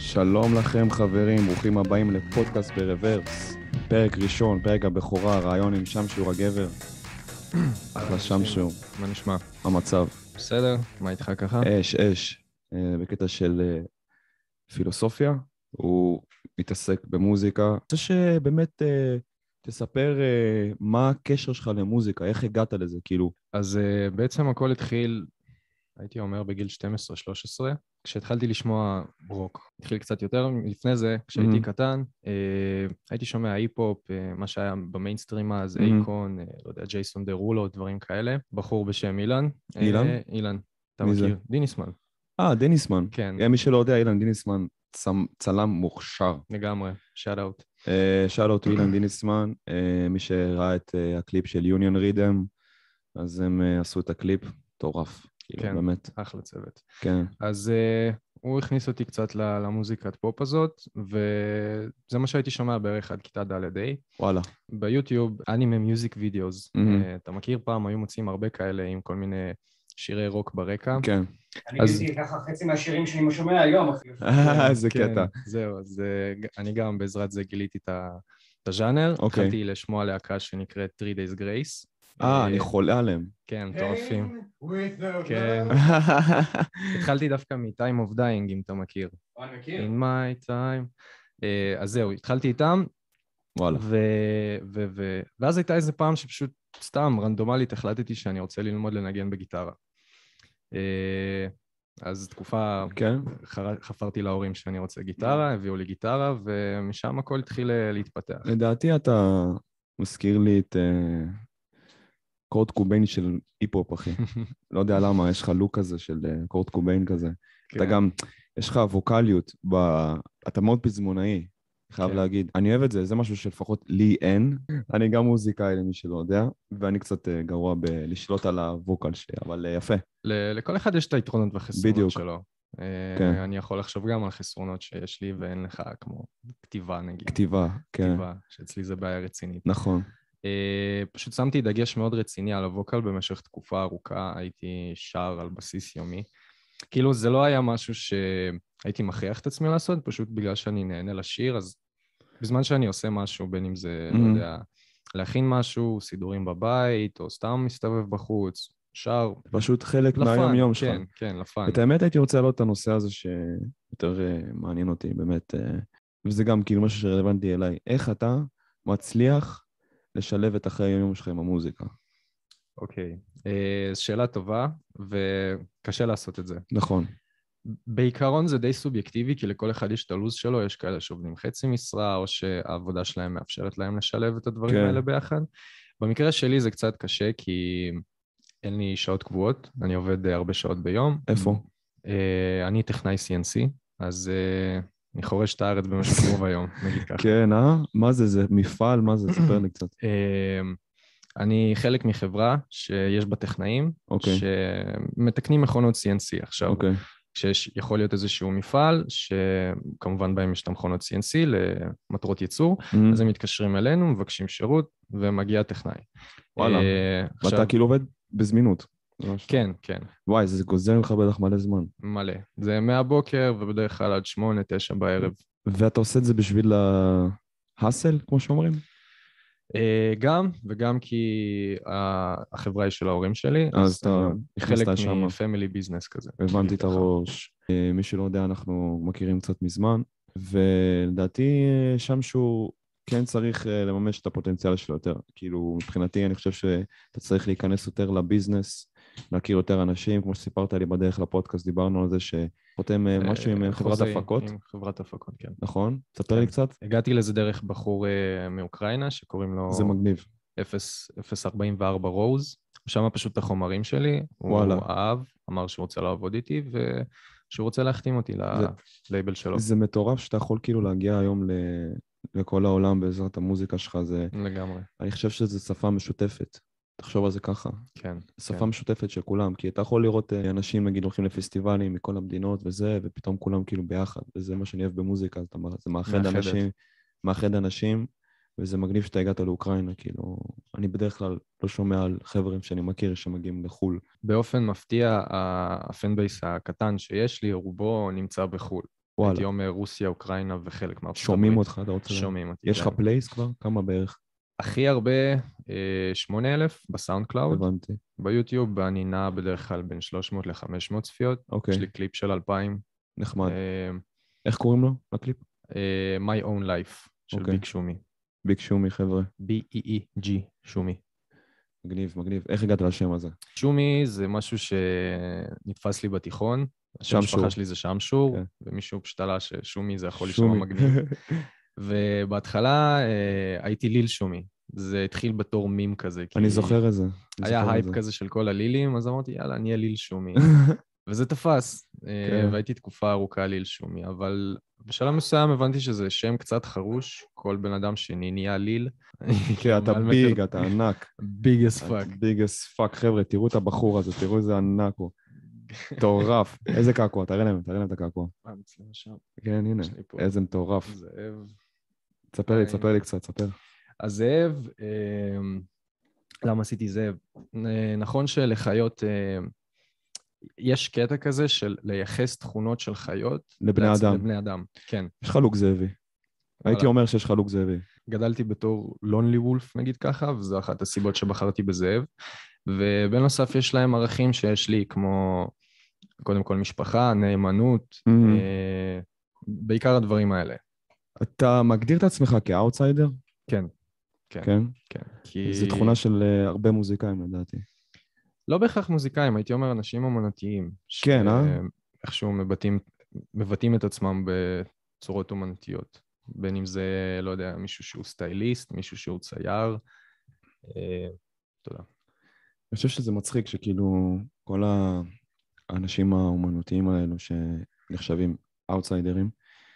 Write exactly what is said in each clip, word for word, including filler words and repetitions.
שלום לכם חברים, ברוכים הבאים לפודקאסט ברוורס. פרק ראשון, פרק הבכורה, רעיון עם שמשור הגבר. אחלה שמשור. מה נשמע? המצב. בסדר? מה איתך ככה? אש, אש. אה, בקטע של אה, פילוסופיה, הוא מתעסק במוזיקה. אני רוצה שבאמת אה, תספר אה, מה הקשר שלך למוזיקה, איך הגעת לזה, כאילו. אז uh, בעצם הכל התחיל, הייתי אומר בגיל שתים עשרה שלוש עשרה, כשהתחלתי לשמוע רוק. התחיל קצת יותר לפני זה, כשהייתי Mhm. קטן, uh, הייתי שומע היפ-הופ, uh, מה שהיה במיינסטרים אז, Mhm. אייקון, uh, לא יודע, ג'ייסון דרולו, דברים כאלה. בחור בשם אילן. אילן? Uh, אילן, אתה מי זה? מכיר? דיניסמן. אה, דניסמן. כן. מי שלא יודע, אילן דיניסמן צמ- צלם מוכשר. לגמרי, שאט אאוט. שאלות אילן דיניסמן, אה, מי שראה את אה, הקליפ של יוניון רידם, אז הם אה, עשו את הקליפ, מטורף, כאילו, כן, באמת. אחלה צוות. כן. אז uh, הוא הכניס אותי קצת ל- למוזיקת פופ הזאת, וזה מה שהייתי שומע בערך עד כיתה ד' ה'. וואלה. ביוטיוב, אנימה מיוזיק וידאוס. Mhm. אתה מכיר פעם, היו מוצאים הרבה כאלה עם כל מיני שירי רוק ברקע. כן. אני אז- גיליתי ככה חצי מהשירים שאני שומע היום אפילו. אה, איזה כן, קטע. זהו, אז uh, אני גם בעזרת זה גיליתי את ה- את הז'אנר. אוקיי. התחלתי לשמוע להקה שנקראת three days grace. אה, אני חולה עליהם. כן, מטורפים. Pain with the כן. blood. התחלתי דווקא מ-Time of Dying, אם אתה מכיר. אני מכיר. In my time. אה, אז זהו, התחלתי איתם, וואלה. ו... ו... ו... ואז הייתה איזה פעם שפשוט סתם, רנדומלית, החלטתי שאני רוצה ללמוד לנגן בגיטרה. אה, אז תקופה, כן? חר... חפרתי להורים שאני רוצה גיטרה, הביאו לי גיטרה, ומשם הכל התחיל אה, להתפתח. לדעתי אתה מזכיר לי את אה, קורט קוביין של היפ-הופ, אחי. לא יודע למה, יש לך לוק כזה של אה, קורט קוביין כזה. אתה כן. גם, יש לך ווקליות, ב... אתה מאוד פזמונאי, חייב כן. להגיד. אני אוהב את זה, זה משהו שלפחות לי אין. אני גם מוזיקאי למי שלא יודע, ואני קצת אה, גרוע בלשלוט על הווקל שלי, אבל אה, יפה. ל- לכל אחד יש את היתרונות והחסרונות בדיוק. שלו. אה, כן. אני יכול לחשוב גם על חסרונות שיש לי ואין לך, כמו כתיבה נגיד. כתיבה, כן, כתיבה, שאצלי זה בעיה רצינית. נכון. אה, פשוט שמתי דגש מאוד רציני על הווקל במשך תקופה ארוכה, הייתי שר על בסיס יומי. כאילו זה לא היה משהו שהייתי מכריח את עצמי לעשות, פשוט בגלל שאני נהנה לשיר, אז בזמן שאני עושה משהו, בין אם זה, לא Mhm. יודע, להכין משהו, סידורים בבית, או סתם מסתובב בחוץ, שר, פשוט חלק לפן, מהיום יום שלך. כן, כן, לפן. את האמת הייתי רוצה להעלות את הנושא הזה שיותר אה, מעניין אותי, באמת, אה, וזה גם כאילו משהו שרלוונטי אליי. איך אתה מצליח לשלב את החיי היום שלך עם המוזיקה? אוקיי, אה, שאלה טובה, וקשה לעשות את זה. נכון. בעיקרון זה די סובייקטיבי, כי לכל אחד יש את הלו"ז שלו, יש כאלה שעובדים חצי משרה, או שהעבודה שלהם מאפשרת להם לשלב את הדברים כן. האלה ביחד. במקרה שלי זה קצת קשה, כי אין לי שעות קבועות, אני עובד אה, הרבה שעות ביום. איפה? אה, אני טכנאי סי אן סי, אז אה, אני חורש את הארץ במשך רוב היום, נגיד ככה. כן, אה? מה זה? זה מפעל? מה זה? ספר לי קצת. אה, אני חלק מחברה שיש בה טכנאים, אוקיי. שמתקנים מכונות סי אן סי עכשיו. אוקיי. כשיכול להיות איזשהו מפעל, שכמובן בהם יש את המכונות סי אן סי למטרות ייצור, Mhm. אז הם מתקשרים אלינו, מבקשים שירות, ומגיע טכנאי. וואלה. אה, עכשיו- ואתה כאילו עובד בזמינות. ממש. כן, כן, וואי, זה גוזר לך בטח מלא זמן. מלא. זה מהבוקר, ובדרך כלל עד שמונה, תשע בערב. ואתה עושה את זה בשביל ההאסל, כמו שאומרים? אה, גם, וגם כי ה- החברה היא של ההורים שלי, אז אז אתה אני נכנסת חלק שמה. מפמילי ביזנס כזה. הבנתי את ככה. הראש. אה, מי שלא יודע, אנחנו מכירים קצת מזמן, ולדעתי אה, שם שהוא כן צריך אה, לממש את הפוטנציאל שלו יותר. כאילו, מבחינתי, אני חושב שאתה צריך להיכנס יותר לביזנס, להכיר יותר אנשים, כמו שסיפרת לי בדרך לפודקאסט, דיברנו על זה שחותם אה, משהו עם אה, חברת חוזה הפקות, עם חברת הפקות, כן. נכון? תספר כן. לי קצת. הגעתי לזה דרך בחור אה, מאוקראינה, שקוראים לו זה מגניב. אפס ארבעים וארבע רוז, הוא שמע פשוט את החומרים שלי, וואלה. הוא אהב, אמר שהוא רוצה לעבוד איתי, ושהוא רוצה להחתים אותי ללייבל שלו. זה מטורף שאתה יכול כאילו להגיע היום ל... לכל העולם בעזרת המוזיקה שלך, זה... לגמרי, אני חושב שזו שפה משותפת. תחשוב על זה ככה. כן. שפה כן. משותפת של כולם, כי אתה יכול לראות אה, אנשים, נגיד, הולכים לפסטיבלים מכל המדינות וזה, ופתאום כולם כאילו ביחד, וזה מה שאני אוהב במוזיקה, זה זה מאחד מאחדת. אנשים, מאחד אנשים, וזה מגניב שאתה הגעת לאוקראינה, כאילו, אני בדרך כלל לא שומע על חברים שאני מכיר שמגיעים לחול. באופן מפתיע, הפן בייס הקטן שיש לי, רובו נמצא בחו"ל. וואלה. הייתי אומר רוסיה, אוקראינה וחלק מארצות הברית. שומעים אותך, אתה רוצה... שומעים אותי. יש לך כן. פלייס כבר? כמה בערך? הכי הרבה, אה, שמונה אלף בסאונד קלאוד. הבנתי. ביוטיוב, אני נע בדרך כלל בין שלוש מאות ל-חמש מאות צפיות. אוקיי. יש לי קליפ של אלפיים. נחמד. אה, איך קוראים לו, לקליפ? אה, My Own Life של אוקיי. ביג שומי. ביג שומי, חבר'ה. B-E-E-G, שומי. מגניב, מגניב. איך הגעת לשם הזה? שומי זה משהו שנתפס לי בתיכון. השם שמשור. המשפחה שלי זה שמשור, כן. ומישהו פשוט עלה ששומי זה יכול שומי. לשמוע מגניב. ובהתחלה אה, הייתי ליל שומי. זה התחיל בתור מים כזה. כי אני זוכר את זה. אני היה זוכר את הייפ זה. כזה של כל הלילים, אז אמרתי, יאללה, אני אהיה ליל שומי. וזה תפס, אה, כן. והייתי תקופה ארוכה ליל שומי, אבל בשלב מסוים הבנתי שזה שם קצת חרוש, כל בן אדם שני נהיה ליל. כן, אתה ביג, אתה ענק. ביג אס פאק. ביג אס פאק, חבר'ה, תראו את הבחור הזה, תראו איזה ענק הוא. מטורף. איזה קעקוע, תראה להם, תראה להם את הקעקוע. כן, הנה, איזה מטורף. זאב. תספר לי, תספר לי קצת, תספר. אז זאב, אה, למה עשיתי זאב? אה, נכון שלחיות, אה, יש קטע כזה של לייחס תכונות של חיות. לבני לעצ- אדם. לבני אדם, כן. יש לך לוק זאבי. הייתי אומר שיש לך לוק זאבי. גדלתי בתור לונלי וולף, נגיד ככה, וזו אחת הסיבות שבחרתי בזאב. ובנוסף יש להם ערכים שיש לי, כמו קודם כל משפחה, נאמנות, Mhm. אה, בעיקר הדברים האלה. אתה מגדיר את עצמך כאוטסיידר? כן, כן, כן. כן. כי... זו תכונה של אה, הרבה מוזיקאים, לדעתי. לא בהכרח מוזיקאים, הייתי אומר אנשים אומנותיים. כן, אה? איכשהו מבטאים, מבטאים את עצמם בצורות אומנותיות. בין אם זה, לא יודע, מישהו שהוא סטייליסט, מישהו שהוא צייר. אה, תודה. אני חושב שזה מצחיק שכאילו כל האנשים האומנותיים האלו שנחשבים אאוטסיידרים,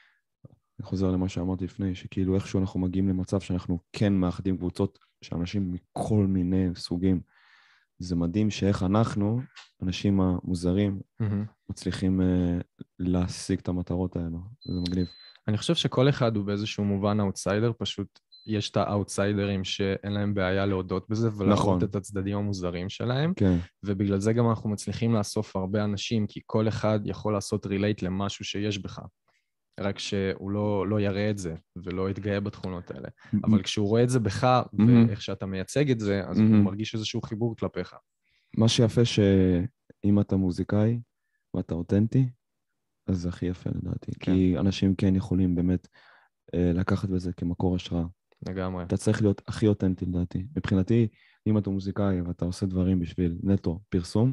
אני חוזר למה שאמרתי לפני, שכאילו איכשהו אנחנו מגיעים למצב שאנחנו כן מאחדים קבוצות של אנשים מכל מיני סוגים. זה מדהים שאיך אנחנו, אנשים המוזרים, מצליחים uh, להשיג את המטרות האלו. זה מגניב. אני חושב שכל אחד הוא באיזשהו מובן אאוטסיידר, פשוט יש את האאוטסיידרים שאין להם בעיה להודות בזה, ולהראות נכון. את הצדדים המוזרים שלהם, כן. ובגלל זה גם אנחנו מצליחים לאסוף הרבה אנשים, כי כל אחד יכול לעשות רילייט למשהו שיש בך, רק שהוא לא, לא יראה את זה, ולא יתגאה בתכונות האלה. אבל כשהוא רואה את זה בך, ואיך שאתה מייצג את זה, אז הוא מרגיש איזשהו חיבור כלפיך. מה שיפה שאם אתה מוזיקאי ואתה אותנטי, אז זה הכי יפה לדעתי. כן. כי אנשים כן יכולים באמת אה, לקחת בזה כמקור השראה. לגמרי. אתה צריך להיות הכי אותנטי לדעתי. מבחינתי, אם אתה מוזיקאי ואתה עושה דברים בשביל נטו פרסום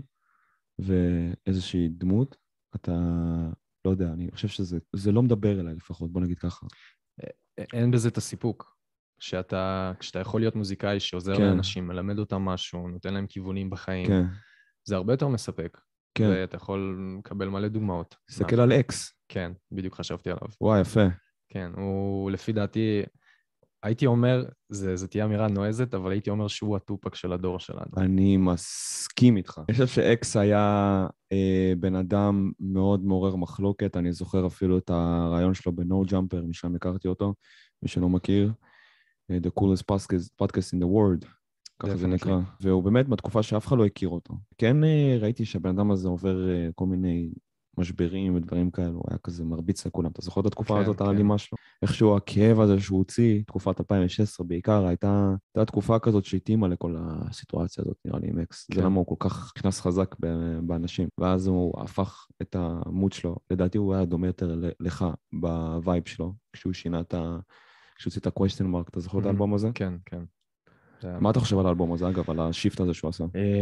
ואיזושהי דמות, אתה, לא יודע, אני חושב שזה זה לא מדבר אליי לפחות, בוא נגיד ככה. אין בזה את הסיפוק. שאתה, כשאתה יכול להיות מוזיקאי שעוזר כן. לאנשים, מלמד אותם משהו, נותן להם כיוונים בחיים, כן. זה הרבה יותר מספק. כן. ואתה יכול לקבל מלא דוגמאות. תסתכל על אקס. כן, בדיוק חשבתי עליו. וואי, יפה. כן, הוא לפי דעתי, הייתי אומר, זה, זה תהיה אמירה נועזת, אבל הייתי אומר שהוא הטופק של הדור שלנו. אני מסכים איתך. אני חושב שאקס היה אה, בן אדם מאוד מעורר מחלוקת, אני זוכר אפילו את הרעיון שלו ב-No Jumper, משם הכרתי אותו, מי שלא מכיר, The coolest podcast, podcast in the world, ככה זה נקרא. והוא באמת בתקופה שאף אחד לא הכיר אותו. כן ראיתי שהבן אדם הזה עובר כל מיני משברים ודברים כאלו, הוא היה כזה מרביץ לכולם. אתה זוכר את התקופה הזאת על הלימה שלו? איכשהו הכאב הזה שהוא הוציא, תקופת אלפיים ושש עשרה בעיקר, הייתה תקופה כזאת שהתאימה לכל הסיטואציה הזאת, נראה לי עם אקס. זה למה הוא כל כך נכנס חזק באנשים. ואז הוא הפך את העמוד שלו. לדעתי הוא היה דומה יותר לך בווייב שלו, כשהוא שינה את ה... כשהוא הוציא את ה-question mark, אתה זוכר את האלבום הזה? כן, כן. מה אתה חושב על האלבום הזה, אגב, על השיפט הזה שהוא עשה?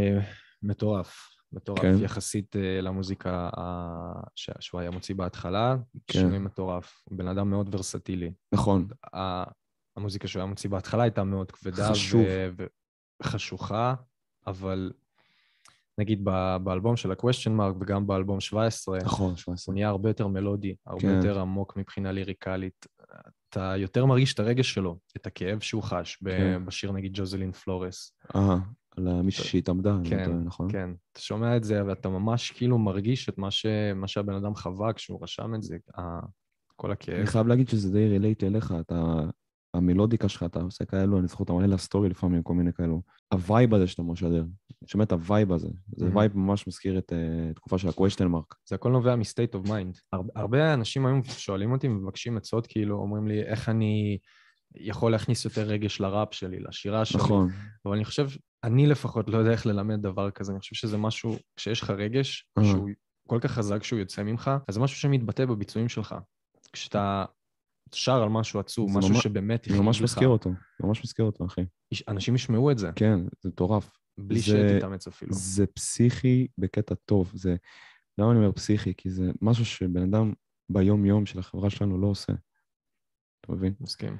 מטורף, מטורף. יחסית למוזיקה שהוא היה מוציא בהתחלה, שינוי מטורף. בן אדם מאוד ורסטילי. נכון. המוזיקה שהוא היה מוציא בהתחלה הייתה מאוד כבדה וחשוכה, אבל נגיד באלבום של ה-question mark וגם באלבום שבע עשרה, נכון, שבע עשרה. הוא נהיה הרבה יותר מלודי, הרבה יותר עמוק מבחינה ליריקלית. אתה יותר מרגיש את הרגש שלו, את הכאב שהוא חש, בשיר נגיד ג'וזלין פלורס. אה, על מישהי שהתעמדה, נכון? כן, אתה שומע את זה, ואתה ממש כאילו מרגיש את מה שהבן אדם חווה כשהוא רשם את זה, כל הכאב. אני חייב להגיד שזה די רילייט אליך, המלודיקה שלך, אתה עושה כאלו, אני זוכר, אתה מעלה לסטורי לפעמים, כל מיני כאלו. הווייב הזה שאתה משדר, שומע את הווייב הזה. זה Mhm. וייב ממש מזכיר את אה, תקופה של הקוושטיין מרק. זה הכל נובע מ-state of mind. הרבה, הרבה אנשים היום שואלים אותי, מבקשים עצות, כאילו, אומרים לי, איך אני יכול להכניס יותר רגש לראפ שלי, לשירה שלי. נכון. אבל אני חושב, אני לפחות לא יודע איך ללמד דבר כזה, אני חושב שזה משהו, כשיש לך רגש, אה. שהוא כל כך חזק שהוא יוצא ממך, אז זה משהו שמתבטא בביצועים שלך. כשאתה שר על משהו עצוב, זה משהו ממש- שבאמת זה הכאיב ממש לך, מזכיר אותו. ממש מזכיר אותו, אחי. אנשים ישמעו את זה, כן, זה מטורף. בלי זה- שתתאמץ אפילו. זה פסיכי בקטע טוב. זה, למה אני אומר פסיכי? כי זה משהו שבן אדם ביום-יום של החברה שלנו לא עושה. אתה מבין? מסכים.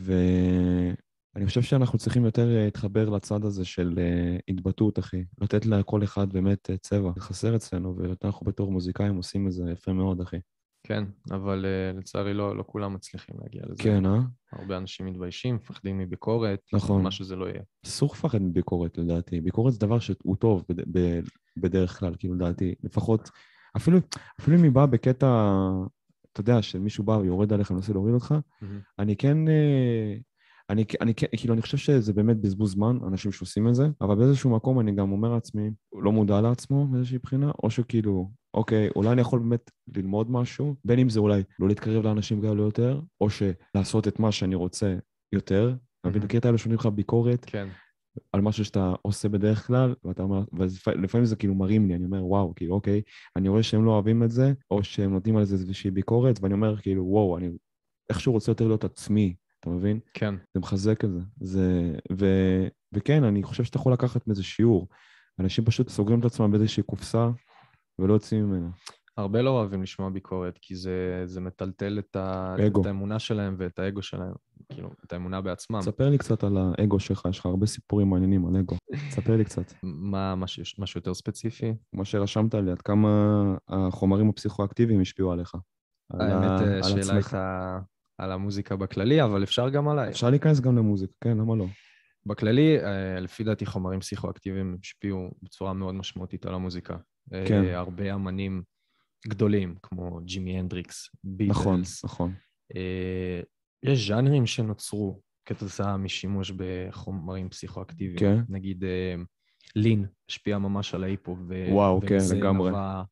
ואני חושב שאנחנו צריכים יותר אה, להתחבר לצד הזה של אה, התבטאות, אחי. לתת לכל אחד באמת אה, צבע. זה חסר אצלנו, ואנחנו בתור מוזיקאים עושים את זה יפה מאוד, אחי. כן, אבל uh, לצערי לא, לא כולם מצליחים להגיע לזה. כן, אה? הרבה אנשים מתביישים, מפחדים מביקורת, נכון. מה שזה לא יהיה. אסור לפחד מביקורת, לדעתי. ביקורת זה דבר שהוא טוב בד... ב... בדרך כלל, כאילו, לדעתי. לפחות, אפילו, אפילו אם היא באה בקטע, אתה יודע, שמישהו בא ויורד עליך, מנסה להוריד אותך, Mm-hmm. אני כן, אה, אני, אני כן, כאילו, אני חושב שזה באמת בזבוז זמן, אנשים שעושים את זה, אבל באיזשהו מקום אני גם אומר לעצמי, הוא לא מודע לעצמו באיזושהי בחינה, או שכאילו, אוקיי, אולי אני יכול באמת ללמוד משהו, בין אם זה אולי לא להתקרב לאנשים כאלה יותר, או שלעשות את מה שאני רוצה יותר, אתה מבין, מכיר את האלה שנותנים לך ביקורת כן, על משהו שאתה עושה בדרך כלל, ואתה אומר, ולפעמים זה כאילו מרים לי, אני אומר, וואו, כאילו, אוקיי, אני רואה שהם לא אוהבים את זה, או שהם נותנים על זה איזושהי ביקורת, ואני אומר, כאילו, וואו, אני איכשהו רוצה יותר להיות עצמי, אתה מבין? כן. זה מחזק את זה. זה ו, וכן, אני חושב שאתה יכול לקחת מאיזה שיעור. אנשים פשוט סוגרים את עצמם באיזושהי קופסה, ולא יוצאים ממנה. הרבה לא אוהבים לשמוע ביקורת, כי זה, זה מטלטל את, ה, אגו. את האמונה שלהם ואת האגו שלהם, כאילו, את האמונה בעצמם. ספר לי קצת על האגו שלך, יש לך הרבה סיפורים מעניינים על אגו. ספר לי קצת. מה, משהו, משהו יותר ספציפי? כמו שרשמת לי, עד כמה החומרים הפסיכואקטיביים השפיעו עליך. על האמת, ה- על שאלה עצמך. הייתה על המוזיקה בכללי, אבל אפשר גם עליי. אפשר להיכנס גם למוזיקה, כן, למה לא? בכללי, אה, לפי דעתי חומרים פסיכואקטיביים השפיעו בצורה מאוד משמעותית על המוזיקה. אה, כן. הרבה אמנים גדולים, כמו ג'ימי הנדריקס, נכון, ביטלס. נכון. אה, יש ז'אנרים שנוצרו כתוצאה משימוש בחומרים פסיכואקטיביים. כן. נגיד, אה, לין השפיע ממש על ההיפ-הופ. ו- וואו, כן, ומזה לגמרי. נבע,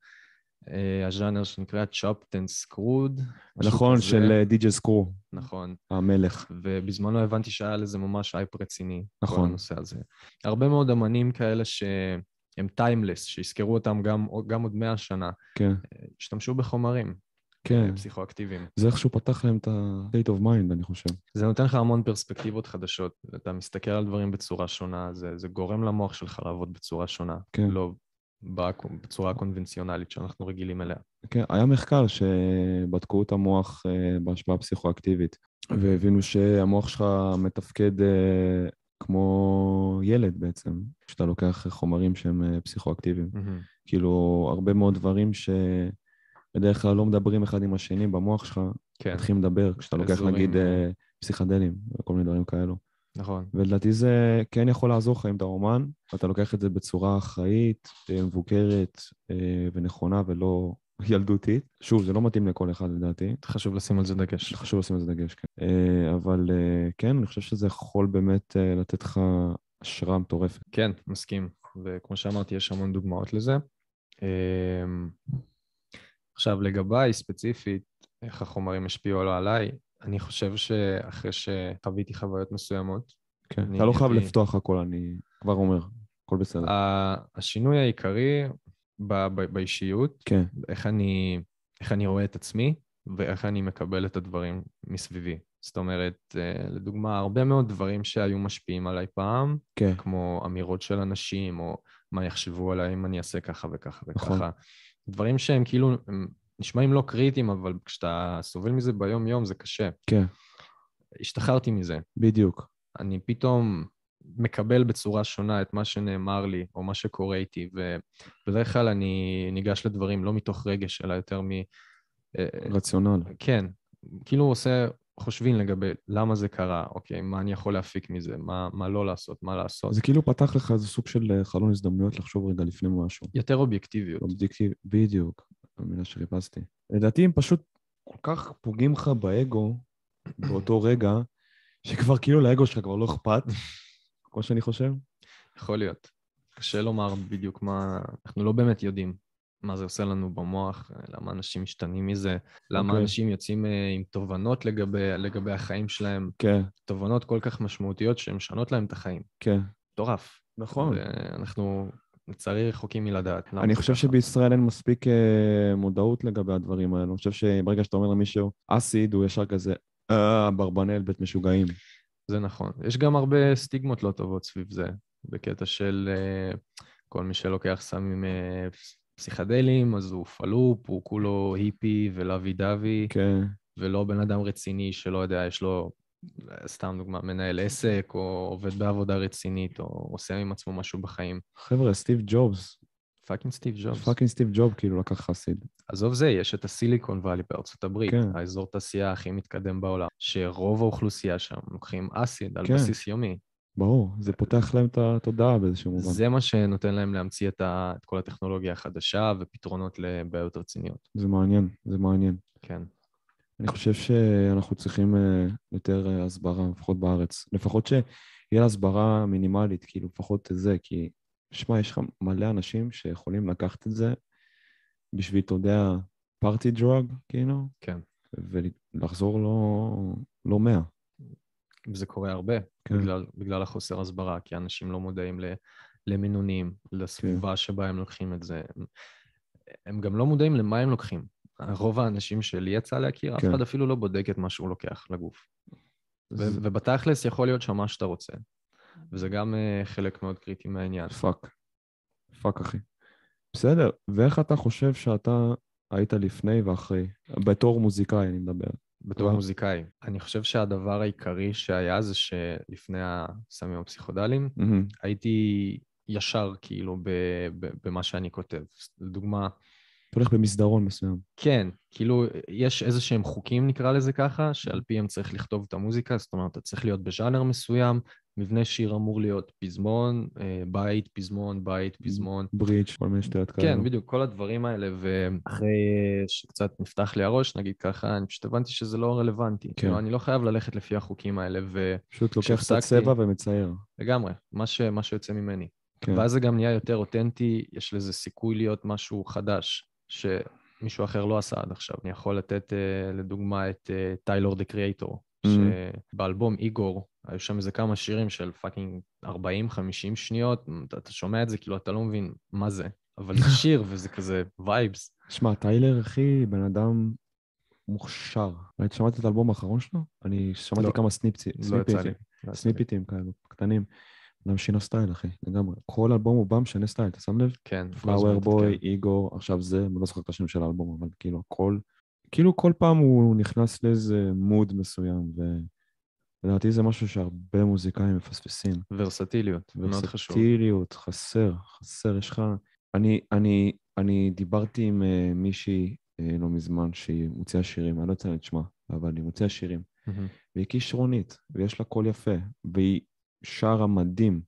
אה, הז'אנר שנקרא צ'ופט אנד סקרוד. נכון, של די.ג'יי סקרו, נכון. המלך. ובזמנו הבנתי שהיה לזה ממש אייפ רציני. נכון. כל הנושא הזה. הרבה מאוד אמנים כאלה שהם טיימלס, שיזכרו אותם גם, גם עוד מאה שנה, כן, השתמשו בחומרים כן. פסיכואקטיביים. זה איכשהו פתח להם את ה-state of mind, אני חושב. זה נותן לך המון פרספקטיבות חדשות. אתה מסתכל על דברים בצורה שונה, זה, זה גורם למוח שלך לעבוד בצורה שונה. כן. לא בצורה הקונבנציונלית שאנחנו רגילים אליה. כן, היה מחקר שבדקו את המוח אה, בהשפעה פסיכואקטיבית, והבינו שהמוח שלך מתפקד אה, כמו ילד בעצם, כשאתה לוקח חומרים שהם אה, פסיכואקטיביים. מהמם. כאילו, הרבה מאוד דברים שבדרך כלל לא מדברים אחד עם השני במוח שלך, כן, מתחילים לדבר, כשאתה לוקח אזורים, נגיד אה. אה, פסיכדלים, וכל מיני דברים כאלו. נכון. ולדעתי זה כן יכול לעזור לך אם אתה אומן, ואתה לוקח את זה בצורה אחראית, אה, מבוקרת אה, ונכונה ולא ילדותית. שוב, זה לא מתאים לכל אחד לדעתי. חשוב לשים על זה דגש. חשוב לשים על זה דגש, כן. אה, אבל אה, כן, אני חושב שזה יכול באמת אה, לתת לך השראה מטורפת. כן, מסכים. וכמו שאמרתי, יש המון דוגמאות לזה. אמ, עכשיו, לגביי ספציפית, איך החומרים השפיעו או לא עליי, אני חושב שאחרי שחוויתי חוויות מסוימות, כן, אני אתה לא חייב הייתי- לפתוח הכל, אני כבר אומר, הכל בסדר. ה- השינוי העיקרי ב- ב- באישיות, כן, איך אני, איך אני רואה את עצמי ואיך אני מקבל את הדברים מסביבי. זאת אומרת, אה, לדוגמה, הרבה מאוד דברים שהיו משפיעים עליי פעם, כן, כמו אמירות של אנשים, או מה יחשבו עליי אם אני אעשה ככה וככה נכון. וככה. דברים שהם כאילו, הם נשמעים לא קריטיים, אבל כשאתה סובל מזה ביום-יום זה קשה. כן, השתחררתי מזה. בדיוק. אני פתאום מקבל בצורה שונה את מה שנאמר לי, או מה שקורה איתי, ובדרך כלל אני ניגש לדברים לא מתוך רגש, אלא יותר מ... רציונל. כן, כאילו עושה חושבים לגבי למה זה קרה, אוקיי, מה אני יכול להפיק מזה, מה, מה לא לעשות, מה לעשות. זה כאילו פתח לך איזה סוג של חלון הזדמנויות לחשוב רגע לפני משהו. יותר אובייקטיביות. אובייקטיב, בדיוק, המילה שחיפשתי. לדעתי הם פשוט כל כך פוגעים לך באגו באותו רגע, שכבר כאילו לאגו שלך כבר לא אכפת, כמו שאני חושב. יכול להיות. קשה לומר בדיוק מה, אנחנו לא באמת יודעים מה זה עושה לנו במוח, למה אנשים משתנים מזה, למה אוקיי. אנשים יוצאים אה, עם תובנות לגבי, לגבי החיים שלהם, כן, תובנות כל כך משמעותיות שהן משנות להם את החיים. כן. מטורף. נכון. ואנחנו לצערי רחוקים מלדעת. למה אני זה חושב ככה. שבישראל אין מספיק אה, מודעות לגבי הדברים האלה. אני חושב שברגע שאתה אומר למישהו, אסיד, הוא ישר כזה, אה, ברבנל, בית משוגעים. זה נכון. יש גם הרבה סטיגמות לא טובות סביב זה, בקטע של אה, כל מי שלוקח סמים אה, פסיכדליים, אז הוא פלופ, הוא כולו היפי ולוי דווי, כן, ולא בן אדם רציני שלא יודע, יש לו, סתם דוגמה, מנהל עסק, או עובד בעבודה רצינית, או עושה עם עצמו משהו בחיים. חבר'ה, סטיב ג'ובס, פאקינג סטיב ג'ובס. פאקינג סטיב ג'וב, כאילו לקח חסיד. עזוב זה, יש את הסיליקון ואלי בארצות הברית, כן. האזור תעשייה הכי מתקדם בעולם, שרוב האוכלוסייה שם לוקחים אסיד על כן. בסיס יומי. ברור, זה פותח להם את התודעה באיזשהו מובן. זה מה שנותן להם להמציא את, ה... את כל הטכנולוגיה החדשה ופתרונות לבעיות רציניות. זה מעניין, זה מעניין. כן. אני חושב שאנחנו צריכים אה, יותר אה, הסברה, לפחות בארץ. לפחות שיהיה הסברה מינימלית, כאילו, לפחות זה, כי, שמע, יש לך מלא אנשים שיכולים לקחת את זה בשביל, אתה יודע, פארטי דרוג, כאילו, כן. ולחזור לא, לא מאה. זה קורה הרבה, כן. בגלל, בגלל החוסר הסברה, כי אנשים לא מודעים ל... למינונים, לסביבה שבה הם לוקחים את זה. הם, הם גם לא מודעים למה הם לוקחים. רוב האנשים שלי יצא להכיר, אף כן. אחד אפילו לא בודק את מה שהוא לוקח לגוף. ו- זה- ובתכלס יכול להיות שם מה שאתה רוצה. וזה גם uh, חלק מאוד קריטי מהעניין. פאק. פאק, אחי. בסדר, ואיך אתה חושב שאתה היית לפני ואחרי? בתור מוזיקאי, אני מדבר. בתור וואו. מוזיקאי. אני חושב שהדבר העיקרי שהיה זה שלפני הסמים הפסיכודליים, מהמם. הייתי ישר כאילו ב- ב- במה שאני כותב. לדוגמה, אתה הולך במסדרון מסוים. כן, כאילו יש איזה שהם חוקים נקרא לזה ככה, שעל פיהם צריך לכתוב את המוזיקה, זאת אומרת, אתה צריך להיות בז'אנר מסוים, מבנה שיר אמור להיות פזמון, אה, בית, פזמון, בית, פזמון. ברידג', כל מיני שטויות כאלה. כן, בדיוק, כל הדברים האלה, ואחרי שקצת נפתח לי הראש, נגיד ככה, אני פשוט הבנתי שזה לא רלוונטי. כן. כאילו, אני לא חייב ללכת לפי החוקים האלה, ו... פשוט לוקח את כשהפסקתי- הצבע ומצייר. לגמרי, מה, ש... מה שיוצא ממני. כן. ואז זה גם נהיה יותר אותנטי, יש לזה סיכוי להיות משהו חדש, שמישהו אחר לא עשה עד עכשיו. אני יכול לתת uh, לדוגמה את uh, טיילור דה קריאייטור, Mhm. שבאלבום איגור, היו שם איזה כמה שירים של פאקינג ארבעים חמישים שניות, אתה, אתה שומע את זה, כאילו אתה לא מבין מה זה, אבל זה שיר וזה כזה וייבס. שמע, טיילר, אחי, בן אדם מוכשר. ראית, שמעת את האלבום האחרון שלו? אני שמעתי לא. כמה סניפצי- לא יצא לי. סניפיטים. לא יצא לי. סניפיטים כאלו, קטנים. אדם שינה סטייל, אחי, לגמרי. כל אלבום הוא בא משנה סטייל, אתה שם לב? כן. פלאואר בוי, איגור, עכשיו זה, אני לא זוכר את השם של האלבום, אבל כאילו הכל, כאילו כל פעם הוא נכנס לאיזה מוד מסוים, ולדעתי זה משהו שהרבה מוזיקאים מפספסים. ורסטיליות, מאוד חשוב. ורסטיליות, חסר, חסר, יש לך... אני, אני, אני דיברתי עם uh, מישהי uh, לא מזמן שהיא מוציאה שירים, אני לא יודע את שמה, אבל היא מוציאה שירים, מהמם. והיא כישרונית, ויש לה קול יפה, והיא שרה מדהים,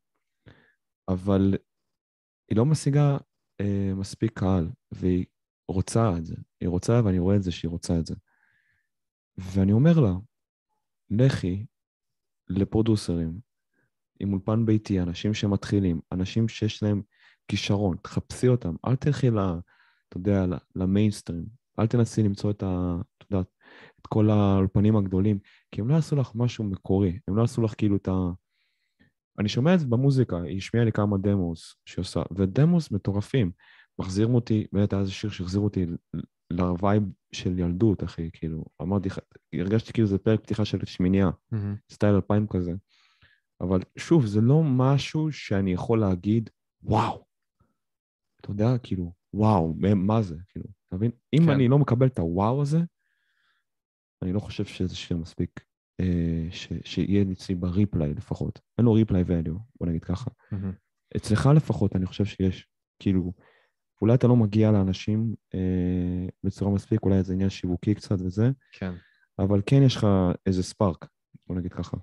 אבל היא לא משיגה uh, מספיק קהל, והיא רוצה את זה, היא רוצה, ואני רואה את זה שהיא רוצה את זה. ואני אומר לה, לכי לפרודוסרים, עם אולפן ביתי, אנשים שמתחילים, אנשים שיש להם כישרון, תחפשי אותם, אל תלכי ל... אתה יודע, למיינסטרים, אל תנסי למצוא את ה... אתה יודע, את כל האולפנים הגדולים, כי הם לא יעשו לך משהו מקורי, הם לא יעשו לך כאילו את ה... אני שומע את זה במוזיקה, היא השמיעה לי כמה דמוס שהיא עושה, ודמוס מטורפים, מחזירים אותי, באמת היה איזה שיר שהחזיר אותי לווייב של ילדות, אחי, כאילו, אמרתי, הרגשתי כאילו זה פרק פתיחה של שמיניה, מהמם. סטייל אלפיים כזה, אבל שוב, זה לא משהו שאני יכול להגיד, וואו, אתה יודע, כאילו, וואו, מה זה, כאילו, אתה מבין? אם כן. אני לא מקבל את הוואו הזה, אני לא חושב שזה שיר מספיק, אה, ש, שיהיה אצלי בריפליי לפחות. אין לו ריפליי ואליו, בוא נגיד ככה. מהמם. אצלך לפחות, אני חושב שיש, כאילו, אולי אתה לא מגיע לאנשים אה, בצורה מספיק, אולי זה עניין שיווקי קצת וזה, כן. אבל כן יש לך איזה ספארק, בוא נגיד ככה.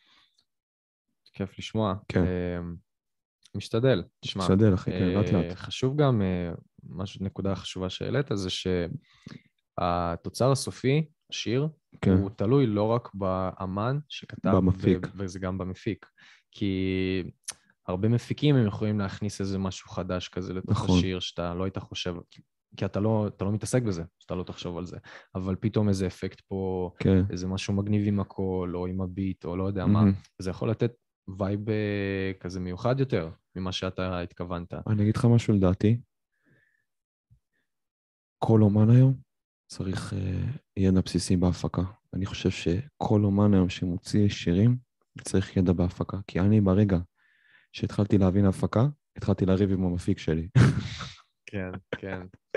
כיף לשמוע. כן. אה, משתדל, תשמע. תשתדל, אחי, כן, לאט אה, לאט. חשוב גם, אה, משהו, נקודה חשובה שהעלית, זה שהתוצר הסופי, השיר, כן. הוא תלוי לא רק באמן שכתב, במפיק. ו- וזה גם במפיק. כי הרבה מפיקים הם יכולים להכניס איזה משהו חדש כזה לתוך נכון. השיר, שאתה לא היית חושב, כי אתה לא, אתה לא מתעסק בזה, שאתה לא תחשוב על זה. אבל פתאום איזה אפקט פה, כן. איזה משהו מגניב עם הקול, או עם הביט, או לא יודע מה, מהמם. זה יכול לתת וייב אה, כזה מיוחד יותר ממה שאתה התכוונת. אני אגיד לך משהו לדעתי. כל אומן היום צריך אה, ידע בסיסי בהפקה. אני חושב שכל אומן היום שמוציא שירים, צריך ידע בהפקה. כי אני ברגע שהתחלתי להבין הפקה, התחלתי לריב עם המפיק שלי. כן, כן.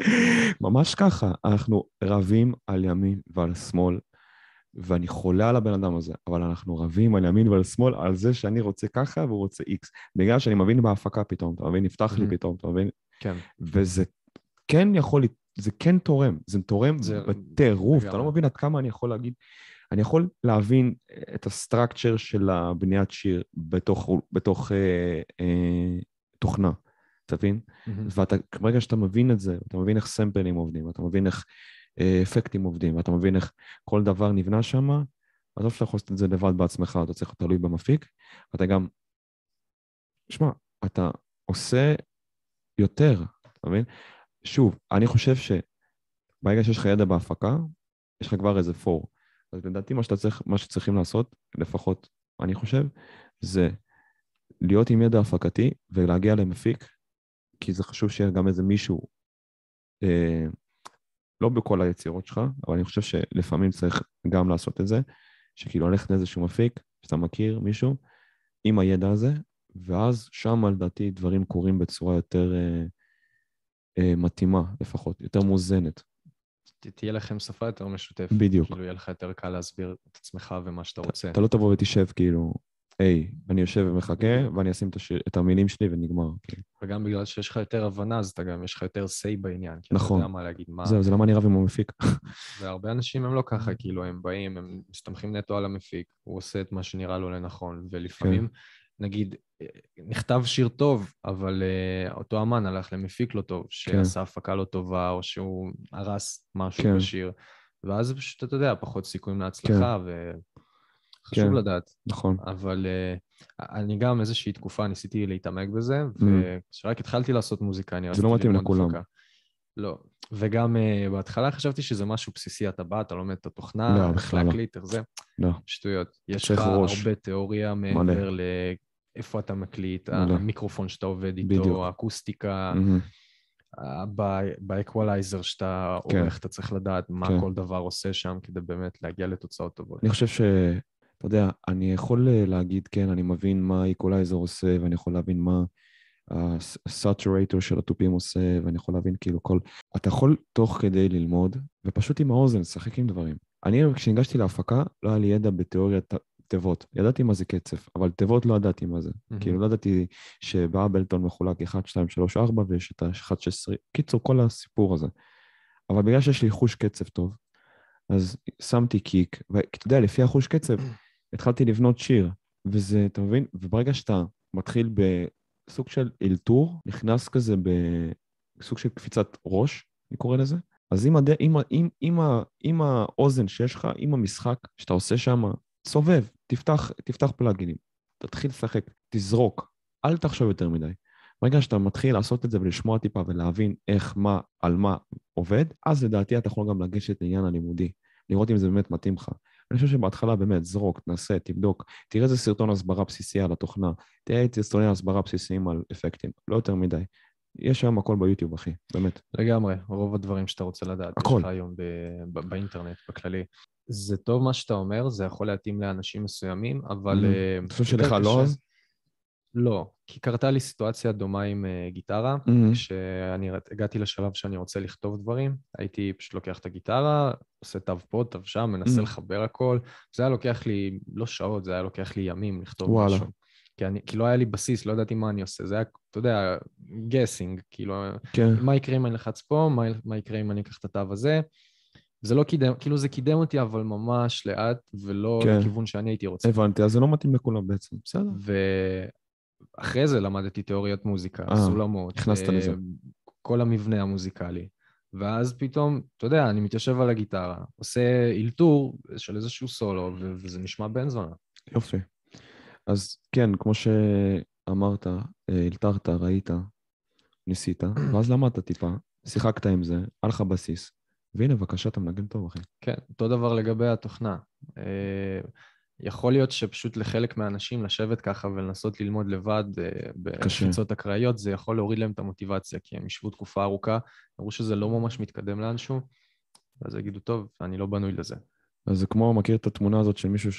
ממש ככה, אנחנו רבים על ימין ועל שמאל, ואני חולה על הבן אדם הזה, אבל אנחנו רבים על ימין ועל שמאל, על זה שאני רוצה ככה והוא רוצה איקס. בגלל שאני מבין בהפקה פתאום, אתה מבין? נפתח לי Mhm. פתאום, אתה מבין? כן. וזה כן יכול, זה כן תורם, זה תורם זה- בטירוף, אתה לגמרי. לא מבין עד כמה אני יכול להגיד, אני יכול להבין את הסטרקצ'ר של הבניית שיר בתוך, בתוך אה, אה, תוכנה, אתה מבין? Mhm. ואתה, ברגע שאתה מבין את זה, אתה מבין איך סמפלים עובדים, אתה מבין איך אה, אפקטים עובדים, ואתה מבין איך כל דבר נבנה שם, אז לא שאתה יכול לעשות את זה לבד בעצמך, אתה צריך להיות תלוי במפיק, אתה גם, שמע, אתה עושה יותר, אתה מבין? שוב, אני חושב שברגע שיש לך ידע בהפקה, יש לך כבר איזה פור. אז לדעתי מה שאתה צריך, מה שצריכים לעשות, לפחות אני חושב, זה להיות עם ידע הפקתי ולהגיע למפיק, כי זה חשוב שיהיה גם איזה מישהו, אה, לא בכל היצירות שלך, אבל אני חושב שלפעמים צריך גם לעשות את זה, שכאילו הולך לאיזשהו מפיק, שאתה מכיר מישהו, עם הידע הזה, ואז שם לדעתי דברים קורים בצורה יותר אה, אה, מתאימה לפחות, יותר מוזנת. ת- תהיה לכם שפה יותר משותפת. בדיוק. כאילו, יהיה לך יותר קל להסביר את עצמך ומה שאתה רוצה. אתה לא תבוא ותשב כאילו, היי, אני יושב ומחכה, בדיוק. ואני אשים את, השיר, את המילים שלי ונגמר. כאילו. וגם בגלל שיש לך יותר הבנה, אז אתה גם, יש לך יותר say בעניין. כי נכון. אתה יודע מה להגיד, מה... זהו, זה למה אני רב עם המפיק. והרבה אנשים הם לא ככה, כאילו, הם באים, הם מסתמכים נטו על המפיק, הוא עושה את מה שנראה לו לנכון, ולפעמים, נגיד, נכתב שיר טוב, אבל uh, אותו אמן הלך למפיק לא טוב, שעשה הפקה לא טובה, או שהוא הרס משהו כן. בשיר, ואז פשוט, אתה יודע, פחות סיכויים להצלחה, וחשוב כן. לדעת. נכון. אבל uh, אני גם איזושהי תקופה ניסיתי להתעמק בזה, Mm. וכשרק התחלתי לעשות מוזיקה, אני זה לא רציתי מתאים ללמוד לכולם. הפקה. לא, וגם uh, בהתחלה חשבתי שזה משהו בסיסי, אתה בא, אתה לומד את התוכנה, לא, איך בכלל לא. להקליט, איך זה, לא. שטויות. יש צריך לך ראש. הרבה תיאוריה מעבר לאיפה אתה מקליט, מלא. המיקרופון שאתה עובד איתו, בדיוק. האקוסטיקה, מהמם. באקוולייזר שאתה כן. עורך, אתה צריך לדעת מה כן. כל דבר עושה שם, כדי באמת להגיע לתוצאות טובות. אני חושב ש... אתה יודע, אני יכול להגיד, כן, אני מבין מה האיקולייזר עושה, ואני יכול להבין מה הסאטורייטור של התופים עושה, ואני יכול להבין כאילו כל... אתה יכול תוך כדי ללמוד, ופשוט עם האוזן, לשחק עם דברים. אני, כשניגשתי להפקה, לא היה לי ידע בתיאוריית תיבות. ידעתי מה זה קצב, אבל תיבות לא ידעתי מה זה. Mhm. כאילו, לא ידעתי שבאבלטון מחולק אחת, שתיים, שלוש, ארבע, ויש את ה-אחת עשרה עשרים. קיצור, כל הסיפור הזה. אבל בגלל שיש לי חוש קצב טוב, אז שמתי קיק, ואתה יודע, לפי החוש קצב, התחלתי לבנות שיר, וזה, אתה מבין? וברגע שאתה מתחיל בסוג של אלתור, נכנס כזה בסוג של קפיצת ראש, אני קורא לזה, אז עם, הד... עם, עם, עם, עם האוזן שיש לך, עם המשחק שאתה עושה שם, סובב, תפתח, תפתח פלאגינים, תתחיל לשחק, תזרוק, אל תחשוב יותר מדי. ברגע שאתה מתחיל לעשות את זה ולשמוע טיפה ולהבין איך, מה, על מה עובד, אז לדעתי אתה יכול גם לגשת לעניין הלימודי, לראות אם זה באמת מתאים לך. אני חושב שבהתחלה באמת, זרוק, תנסה, תבדוק, תראה איזה סרטון הסברה בסיסי על התוכנה, תראה את סרטוני הסברה בסיסיים על אפקטים, לא יותר מדי. יש שם הכל ביוטיוב, אחי, באמת. לגמרי, רוב הדברים שאתה רוצה לדעת, הכל. יש לך היום ב- ב- באינטרנט, בכללי. זה טוב מה שאתה אומר, זה יכול להתאים לאנשים מסוימים, אבל... Mm-hmm. uh, אתה חושב יותר שלך לא קשה- אז? לא, כי קרתה לי סיטואציה דומה עם uh, גיטרה, Mm-hmm. כשאני הגעתי לשלב שאני רוצה לכתוב דברים, הייתי פשוט לוקח את הגיטרה, עושה תו פה, תו שם, מנסה Mm. לחבר הכל, זה היה לוקח לי, לא שעות, זה היה לוקח לי ימים לכתוב וואלה. משהו. כי, אני, כי לא היה לי בסיס, לא ידעתי מה אני עושה, זה היה, אתה יודע, גסינג, כאילו, כן. מה יקרה אם אני לחץ פה, מה, מה יקרה אם אני אקח את התו הזה, זה לא קידם, כאילו זה קידם אותי, אבל ממש לאט, ולא כן. לכיוון שאני הייתי רוצה. הבנתי, אז זה לא מתאים לכולם בעצם, בסדר. ואחרי זה למדתי תיאוריות מוזיקה, אה, סולמות, הכנסת לזה. כל המבנה המוזיקלי. ואז פתאום, אתה יודע, אני מתיישב על הגיטרה, עושה אילתור של איזשהו סולו, ו- וזה נשמע בן זונה. יופי. אז כן, כמו אמרת, הלתרת, ראית, ניסית, ואז למדת טיפה, שיחקת עם זה, היה לך בסיס, והנה, בבקשה, אתה מנגן טוב, אחי. כן, אותו דבר לגבי התוכנה. אה, יכול להיות שפשוט לחלק מהאנשים לשבת ככה ולנסות ללמוד לבד אה, בחיצות אקראיות, זה יכול להוריד להם את המוטיבציה, כי הם ישבו תקופה ארוכה, אמרו שזה לא ממש מתקדם לאנשהו, אז יגידו, טוב, אני לא בנוי לזה. אז זה כמו, מכיר את התמונה הזאת של מישהו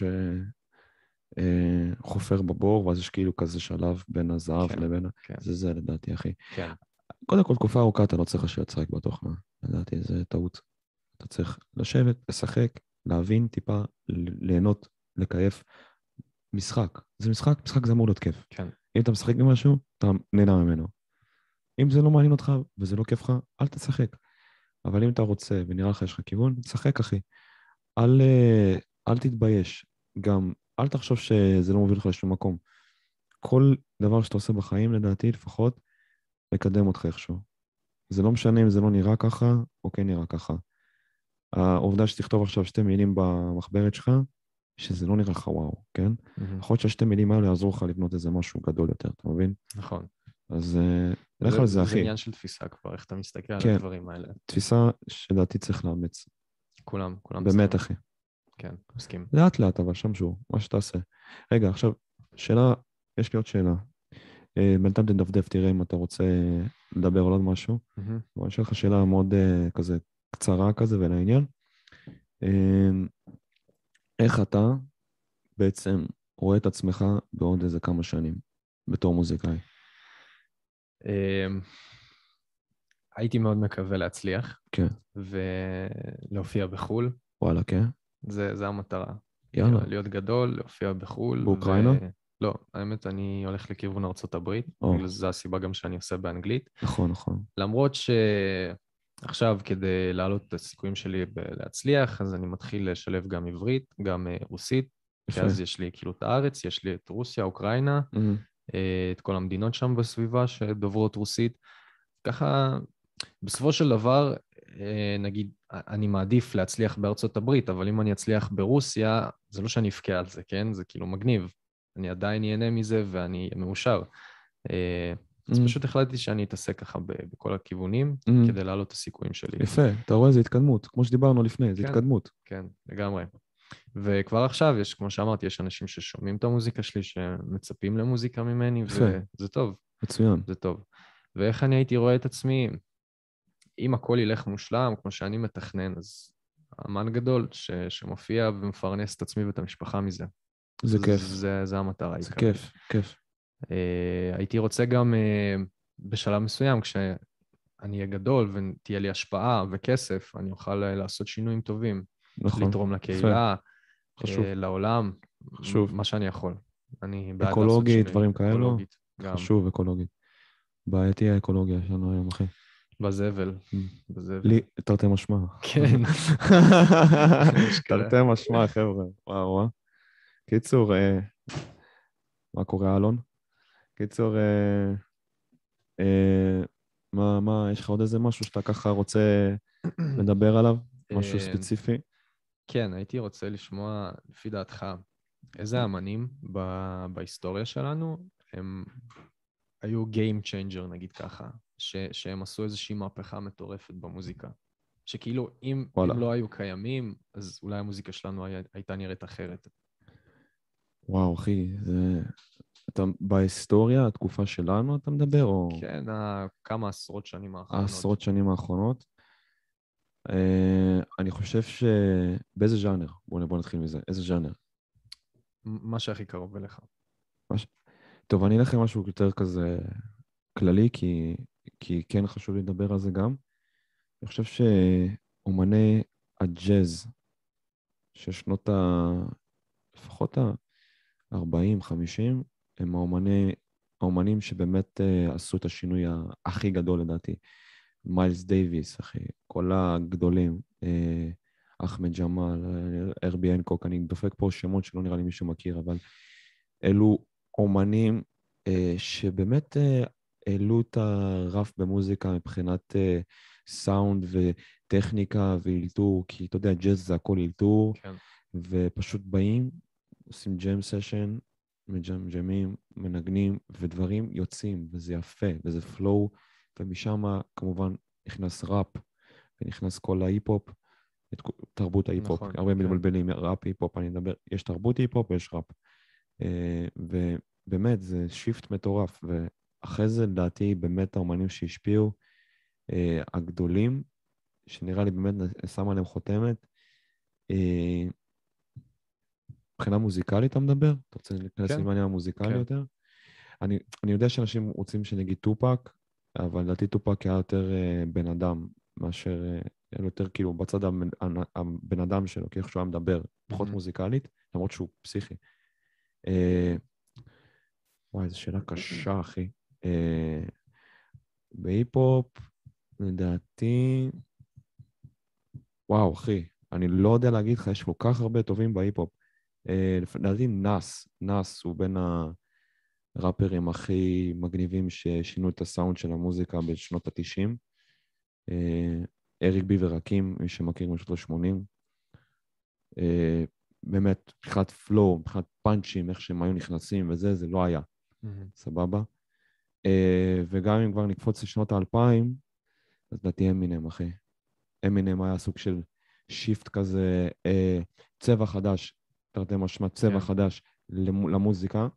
שחופר בבור, ואז יש כאילו כזה שלב בין הזהב כן, לבין... כן. זה זה, לדעתי, אחי. כן. קודם כל, תקופה ארוכה אתה לא צריך לשבת לשחק בתוכנה. לדעתי, זה טעות. אתה צריך לשבת, לשחק, להבין טיפה, ליהנות, לקייף. משחק. זה משחק, משחק זה אמור להיות כיף. כן. אם אתה משחק במשהו, אתה נהנה ממנו. אם זה לא מעניין אותך וזה לא כיף לך, אל תשחק. אבל אם אתה רוצה ונראה לך יש לך כיוון, תשחק, אחי. אל, אל תתבייש. גם אל תחשוב שזה לא מוביל לך לשום מקום. כל דבר שאתה עושה בחיים, לדעתי, לפחות, מקדם אותך איכשהו. זה לא משנה אם זה לא נראה ככה, או כן נראה ככה. העובדה שתכתוב עכשיו שתי מילים במחברת שלך, שזה לא נראה לך וואו, כן? יכול להיות שהשתי מילים האלה יעזרו לך לבנות איזה משהו גדול יותר, אתה מבין? נכון. אז לך על זה, אחי. זה עניין של תפיסה כבר, איך אתה מסתכל על הדברים האלה. תפיסה שלדעתי צריך לאמץ. כולם, כולם. באמת, אחי. כן, מסכים. לאט לאט, אבל שם שהוא, מה שתעשה. רגע, עכשיו, שאלה, יש לי עוד שאלה. בינתיים תדפדף, תראה אם אתה רוצה לדבר על עוד משהו. אני אשאל לך שאלה מאוד כזה קצרה כזה ולעניין. איך אתה בעצם רואה את עצמך בעוד איזה כמה שנים בתור מוזיקאי? הייתי מאוד מקווה להצליח. כן. ולהופיע בחול. וואלה, כן? זה, זה המטרה. יאללה. להיות גדול, להופיע בחול. באוקראינה? ו... לא, האמת, אני הולך לכיוון ארצות הברית. או. בגלל זה הסיבה גם שאני עושה באנגלית. נכון, נכון. למרות שעכשיו, כדי להעלות את הסיכויים שלי להצליח, אז אני מתחיל לשלב גם עברית, גם רוסית. יפה. אז יש לי כאילו את הארץ, יש לי את רוסיה, אוקראינה, mm-hmm. את כל המדינות שם בסביבה שדוברות רוסית. ככה, בסופו של דבר, נגיד, אני מעדיף להצליח בארצות הברית, אבל אם אני אצליח ברוסיה, זה לא שאני אבכה על זה, כן? זה כאילו מגניב. אני עדיין ייהנה מזה ואני מאושר. אז פשוט החלטתי שאני אתעסק ככה בכל הכיוונים, כדי להעלות את הסיכויים שלי. יפה, אתה רואה, זה התקדמות, כמו שדיברנו לפני, זה התקדמות. כן, לגמרי. וכבר עכשיו יש, כמו שאמרתי, יש אנשים ששומעים את המוזיקה שלי, שמצפים למוזיקה ממני, וזה טוב. מצוין. זה טוב. ואיך אני הייתי רואה את עצמי, אם הכל ילך מושלם, כמו שאני מתכנן, אז אמן גדול ש, שמופיע ומפרנס את עצמי ואת המשפחה מזה. זה כיף. זה, זה המטרה. זה כיף, כיף. Uh, הייתי רוצה גם uh, בשלב מסוים, כשאני אהיה גדול ותהיה לי השפעה וכסף, אני אוכל לעשות שינויים טובים. נכון. לתרום לקהילה, חשוב. uh, לעולם, חשוב. מה שאני יכול. אני בעד אקולוגית, דברים כאלו. אקולוגית, חשוב, אקולוגית. בעייתי האקולוגיה שלנו היום, אחי. בזבל. בזבל. לי, תרתי משמע. כן. תרתי משמע, חבר'ה. וואו, וואו. קיצור, מה קורה, אלון? קיצור, מה, מה, יש לך עוד איזה משהו שאתה ככה רוצה לדבר עליו? משהו ספציפי? כן, הייתי רוצה לשמוע, לפי דעתך, איזה אמנים בהיסטוריה שלנו הם היו Game Changer, נגיד ככה, ש, שהם עשו איזושהי מהפכה מטורפת במוזיקה. שכאילו, אם הם לא היו קיימים, אז אולי המוזיקה שלנו היה, הייתה נראית אחרת. וואו, אחי, זה... אתה בהיסטוריה, התקופה שלנו, אתה מדבר, או... כן, כמה עשרות שנים האחרונות. העשרות שנים האחרונות. אני חושב ש... באיזה ז'אנר? בוא נתחיל מזה. איזה ז'אנר? מה שהכי קרוב אליך. טוב, אני אלך משהו יותר כזה כללי, כי, כי כן חשוב לי לדבר על זה גם. אני חושב שאומני הג'אז, ששנות ה... לפחות ה-ארבעים חמישים, הם האומני, האומנים שבאמת uh, עשו את השינוי הכי גדול לדעתי. מיילס דייביס, אחי, כל הגדולים, uh, אחמד ג'מאל, ארבי הנקוק, אני דופק פה שמות שלא נראה לי מישהו מכיר, אבל אלו אומנים uh, שבאמת uh, העלו את הרף במוזיקה מבחינת uh, סאונד וטכניקה ואילתור, כי אתה יודע, ג'אז זה הכל אילתור, כן. ופשוט באים, עושים ג'ם סשן, מג'מג'מים, מנגנים, ודברים יוצאים, וזה יפה, וזה פלואו, ומשם כמובן נכנס ראפ, ונכנס כל ההיפ-הופ, את תרבות ההיפ-הופ, נכון, הרבה כן. מתבלבלים, ראפ, היפ-הופ, אני מדבר, יש תרבות היפ-הופ ויש ראפ. ובאמת, זה שיפט מטורף, ואחרי זה, לדעתי, באמת האומנים שהשפיעו, הגדולים, שנראה לי באמת שם עליהם חותמת, מבחינה מוזיקלית אתה מדבר? אתה רוצה להיכנס כן. לעניין המוזיקלי כן. יותר? אני, אני יודע שאנשים רוצים שנגיד טופק, אבל לדעתי טופק היה יותר אה, בן אדם, מאשר, אה, יותר כאילו בצד הבן, הבן אדם שלו, כי איך שהוא היה מדבר, פחות Mhm. מוזיקלית, למרות שהוא פסיכי. אה, וואי, זו שאלה קשה, אחי. אה, בהיפ-הופ, לדעתי, וואו, אחי, אני לא יודע להגיד לך, יש כל כך הרבה טובים בהיפ-הופ. אה, לדעתי נאס, נאס הוא בין הראפרים הכי מגניבים ששינו את הסאונד של המוזיקה בשנות ה-תשעים. אה, אריק בי ורקים, מי שמכיר משנות ה-שמונים. אה, באמת, מבחינת פלואו, מבחינת פאנצ'ים, איך שהם היו נכנסים וזה, זה לא היה. Mhm. סבבה? אה, וגם אם כבר נקפוץ לשנות ה-אלפיים, אז לדעתי אמינם, אחי. אמינם היה סוג של שיפט כזה, אה, צבע חדש, תרתי משמע, צבע כן. חדש למ- למוזיקה.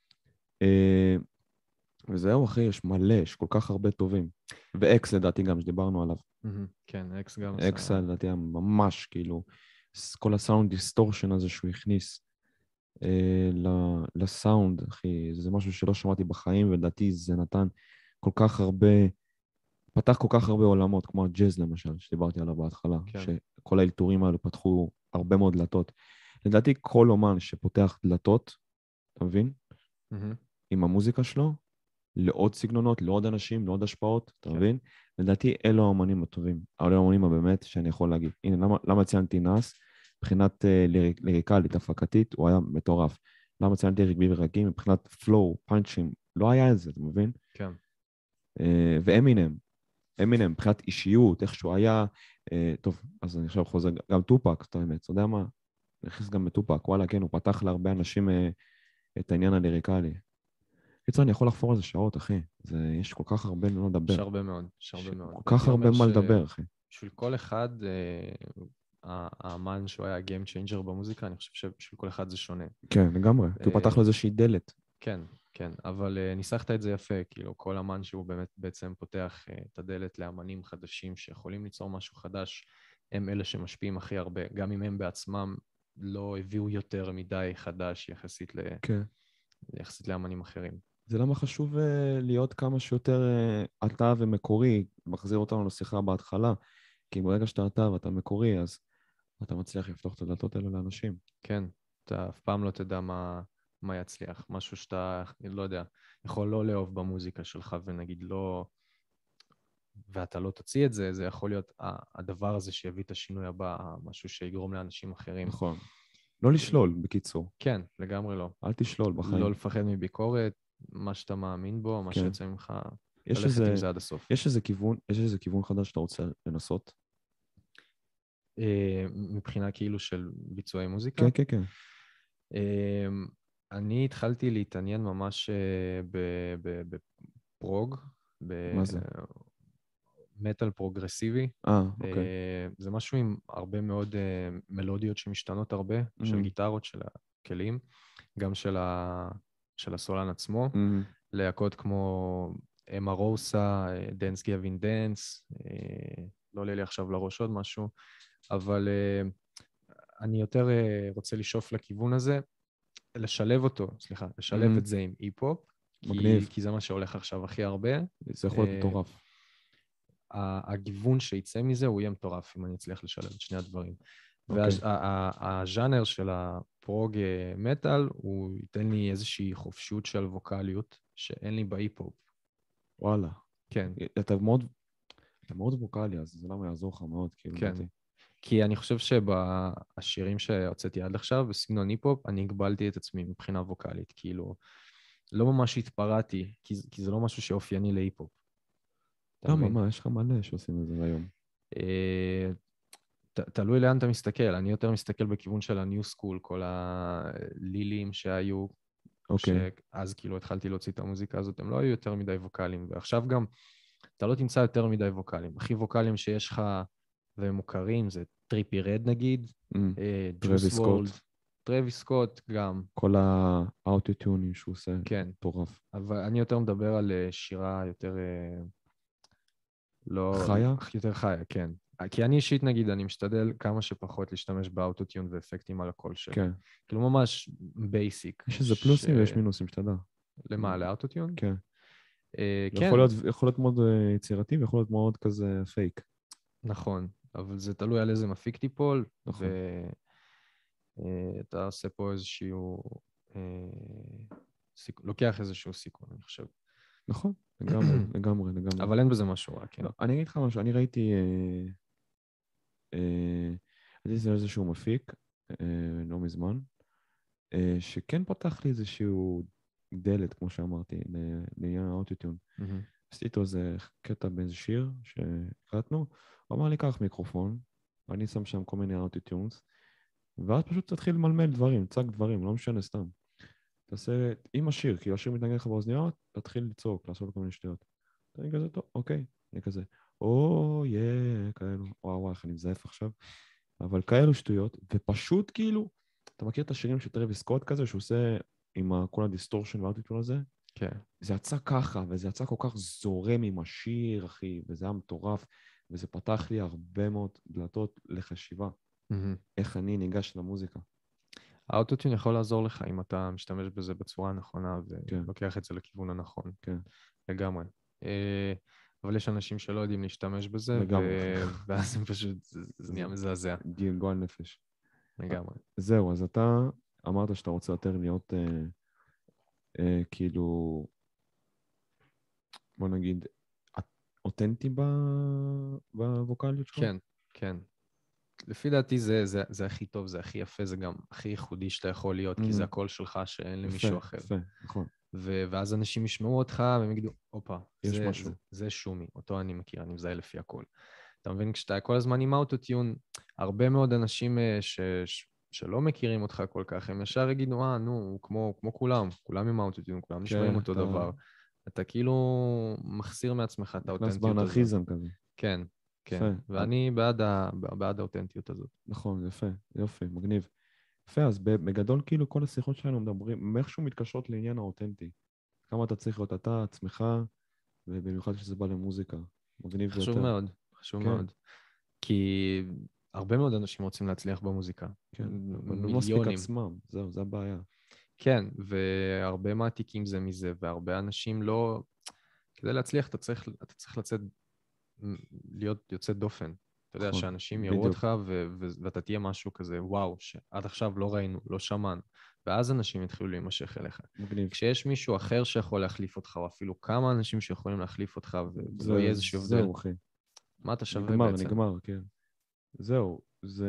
אה, וזהו, אחי, יש מלא, יש כל כך הרבה טובים. ואקס, לדעתי גם, שדיברנו עליו. Mhm. כן, אקס גם אקס, עשה... לדעתי, היה ממש, כאילו, ס- כל הסאונד דיסטורשן הזה שהוא הכניס אה, ל- לסאונד, אחי, זה משהו שלא שמעתי בחיים, ולדעתי זה נתן כל כך הרבה, פתח כל כך הרבה עולמות, כמו הג'אז למשל, שדיברתי עליו בהתחלה, כן. שכל האלתורים האלו פתחו הרבה מאוד דלתות. לדעתי, כל אומן שפותח דלתות, אתה מבין? Mhm. עם המוזיקה שלו, לעוד סגנונות, לעוד אנשים, לעוד השפעות, אתה כן. מבין? לדעתי, אלו האמנים הטובים. אלו האמנים הבאמת שאני יכול להגיד. הנה, למה, למה ציינתי נאס? מבחינת uh, ליריק, ליריקלית, הפקתית, הוא היה מטורף. למה ציינתי אריק בי ורקים? מבחינת פלואו, פאנצ'ים, לא היה את זה, אתה מבין? כן. Uh, ואמינם, אמינם, מבחינת אישיות, איך שהוא היה, uh, טוב, אז אני עכשיו חוזר, גם טופק, אתה באמת, אתה יודע מה? נכנס גם בטופק, וואלה, כן, הוא פתח להרבה אנשים uh, את העניין הליריקלי. קיצור, אני יכול לחפור על זה שעות, אחי. זה, יש כל כך הרבה מה לדבר. יש הרבה מאוד, יש הרבה יש מאוד. כל כך הרבה מה לדבר, אחי. בשביל כל אחד, אה, האמן שהוא היה Game Changer במוזיקה, אני חושב שבשביל כל אחד זה שונה. כן, לגמרי. כי הוא פתח לו איזושהי דלת. כן, כן, אבל uh, ניסחת את זה יפה, כאילו כל אמן שהוא באמת בעצם פותח uh, את הדלת לאמנים חדשים שיכולים ליצור משהו חדש, הם אלה שמשפיעים הכי הרבה, גם אם הם בעצמם לא הביאו יותר מדי חדש יחסית, ל... כן. יחסית לאמנים אחרים. זה למה חשוב uh, להיות כמה שיותר uh, אתה ומקורי, מחזיר אותנו לשיחה בהתחלה, כי ברגע שאתה אתה ואתה מקורי, אז אתה מצליח לפתוח את הדלתות האלה לאנשים. כן, אתה אף פעם לא תדע מה, מה יצליח, משהו שאתה, לא יודע, יכול לא לאהוב במוזיקה שלך ונגיד לא... ואתה לא תוציא את זה, זה יכול להיות הדבר הזה שיביא את השינוי הבא, משהו שיגרום לאנשים אחרים. נכון. לא לשלול, בקיצור. כן, לגמרי לא. אל תשלול בחיים. לא לפחד מביקורת, מה שאתה מאמין בו, מה כן. שיוצא ממך, יש ללכת איזה, עם זה עד הסוף. יש איזה כיוון, יש איזה כיוון חדש שאתה רוצה לנסות? אה, מבחינה כאילו של ביצועי מוזיקה? כן, כן, כן. אה, אני התחלתי להתעניין ממש אה, בפרוג, מה זה? במטל פרוגרסיבי. אה, אוקיי. אה, זה משהו עם הרבה מאוד אה, מלודיות שמשתנות הרבה, Mm. של גיטרות, של הכלים, גם של ה- של הסולן עצמו. Mm. להקות כמו אמה רוסה, דנס גווין דנס, לא עולה לי עכשיו לראש עוד משהו, אבל אני יותר רוצה לשאוף לכיוון הזה, לשלב אותו, סליחה, לשלב Mm-hmm. את זה עם אי-פופ, מגניב. כי, כי זה מה שהולך עכשיו הכי הרבה. זה יכול להיות מטורף. הגיוון שיצא מזה הוא יהיה מטורף, אם אני אצליח לשלב את שני הדברים. אוקיי. והז'אנר של הפרוג מטל, הוא ייתן לי איזושהי חופשיות של ווקליות, שאין לי בהיפ-הופ. וואלה. כן. אתה מאוד, אתה מאוד ווקלי, אז זה למה יעזור לך מאוד, כאילו. כן. לדעתי. כי אני חושב שבשירים שהוצאתי עד עכשיו, בסגנון היפ-הופ, אני הגבלתי את עצמי מבחינה ווקלית. כאילו, לא ממש התפרעתי, כי, כי זה לא משהו שאופייני להיפ-הופ. למה, מה? יש לך מלא שעושים את זה היום. ת, תלוי לאן אתה מסתכל. אני יותר מסתכל בכיוון של הניו סקול, כל הלילים שהיו, אוקיי. שאז כאילו התחלתי להוציא את המוזיקה הזאת, הם לא היו יותר מדי ווקלים, ועכשיו גם אתה לא תמצא יותר מדי ווקלים. הכי ווקלים שיש לך והם מוכרים, זה טריפי רד נגיד, טרוויס ג'וס וורלד, סקוט. טרוויס סקוט גם. כל האוטוטיונים שהוא עושה, כן. מטורף. אבל אני יותר מדבר על אה, שירה יותר... אה, לא... חיה? יותר חיה, כן. כי אני אישית נגיד, אני משתדל כמה שפחות להשתמש באוטוטיון ואפקטים על הקול שלי. כן. כאילו ממש בייסיק. יש איזה פלוסים ויש מינוסים, שתדע. למה, לאוטוטיון? כן. אה, זה כן. יכול להיות, יכול להיות מאוד אה, יצירתי ויכול להיות מאוד כזה פייק. נכון, אבל זה תלוי על איזה מפיק תיפול, נכון. ואתה עושה פה איזשהו... אה, סיכ... לוקח איזשהו סיכון, אני חושב. נכון, לגמרי, לגמרי, לגמרי. אבל אין בזה משהו רע, כן. לא, אני אגיד לך משהו, אני ראיתי... אה, אה, ראיתי איזשהו מפיק, אה, לא מזמן, אה, שכן פתח לי איזשהו דלת, כמו שאמרתי, ל- לעניין האוטוטיון. מהמם. עשיתי איתו איזה קטע באיזה שיר שהקלטנו, הוא אמר לי, קח מיקרופון, אני שם שם כל מיני אוטוטיונס, ואז פשוט תתחיל למלמל דברים, צג דברים, לא משנה סתם. תעשה, עם השיר, כי השיר מתנגן לך באוזניות, תתחיל לצעוק, לעשות כל מיני שטויות. אני כזה, טוב, אוקיי, אני כזה, או, יא, כאלו, וואו, וואו, איך אני מזייף עכשיו. אבל כאלו שטויות, ופשוט כאילו, אתה מכיר את השירים של טרוויס סקוט כזה, שהוא עושה עם ה- כל הדיסטורשן והאוטוטיון הזה? כן. זה יצא ככה, וזה יצא כל כך זורם עם השיר, אחי, וזה היה מטורף, וזה פתח לי הרבה מאוד דלתות לחשיבה, מהמם. איך אני ניגש למוזיקה. האוטוטיון יכול לעזור לך אם אתה משתמש בזה בצורה הנכונה כן. ולוקח את זה לכיוון הנכון. כן. לגמרי. אה, אבל יש אנשים שלא יודעים להשתמש בזה, לגמרי. ו- ואז הם פשוט, זה זה נהיה מזעזע. גועל נפש. לגמרי. זהו, אז אתה אמרת שאתה רוצה יותר להיות, אה, אה, כאילו, בוא נגיד, אותנטי ב- בווקליות שלך? כן, כן. לפי דעתי זה, זה, זה הכי טוב, זה הכי יפה, זה גם הכי ייחודי שאתה יכול להיות, כי Mhm. זה הקול שלך שאין למישהו יפה, אחר. יפה, נכון. ו- ואז אנשים ישמעו אותך והם יגידו, הופה, יש זה, משהו. זה, זה שומי, אותו אני מכיר, אני מזהה לפי הקול. אתה מבין, כשאתה כל הזמן עם אוטוטיון, הרבה מאוד אנשים אה, ש, ש, שלא מכירים אותך כל כך, הם ישר יגידו, אה, נו, הוא כמו, כמו כולם, כולם עם אוטוטיון, כולם נשמעים אותו אתה- דבר. אתה כאילו מחסיר מעצמך את נכנס האותנטיות הזאת. באנרכיזם כזה. כן, כן. יפה. ואני בעד, ה, בעד האותנטיות הזאת. נכון, יפה, יופי, מגניב. יפה, אז בגדול כאילו כל השיחות שלנו מדברים, איכשהו מתקשרות לעניין האותנטי. כמה אתה צריך להיות אתה, עצמך, ובמיוחד כשזה בא למוזיקה. מגניב ביותר. חשוב מאוד, חשוב כן. מאוד. כי הרבה מאוד אנשים רוצים להצליח במוזיקה. כן, אבל לא מספיק מיליונים. עצמם, זהו, זה הבעיה. כן, והרבה מעתיקים זה מזה, והרבה אנשים לא... כדי להצליח, אתה צריך, אתה צריך לצאת, להיות יוצא דופן. אתה יודע, נכון, שאנשים יראו בדיוק. אותך, ו- ו- ואתה תהיה משהו כזה, וואו, שעד עכשיו לא ראינו, לא שמענו. ואז אנשים יתחילו להימשך אליך. מגניב. כשיש מישהו אחר שיכול להחליף אותך, או אפילו כמה אנשים שיכולים להחליף אותך, זה- ולא יהיה איזשהו הבדל, זהו, אחי. מה אתה שווה נגמר, בעצם? נגמר, כן. זהו, זה...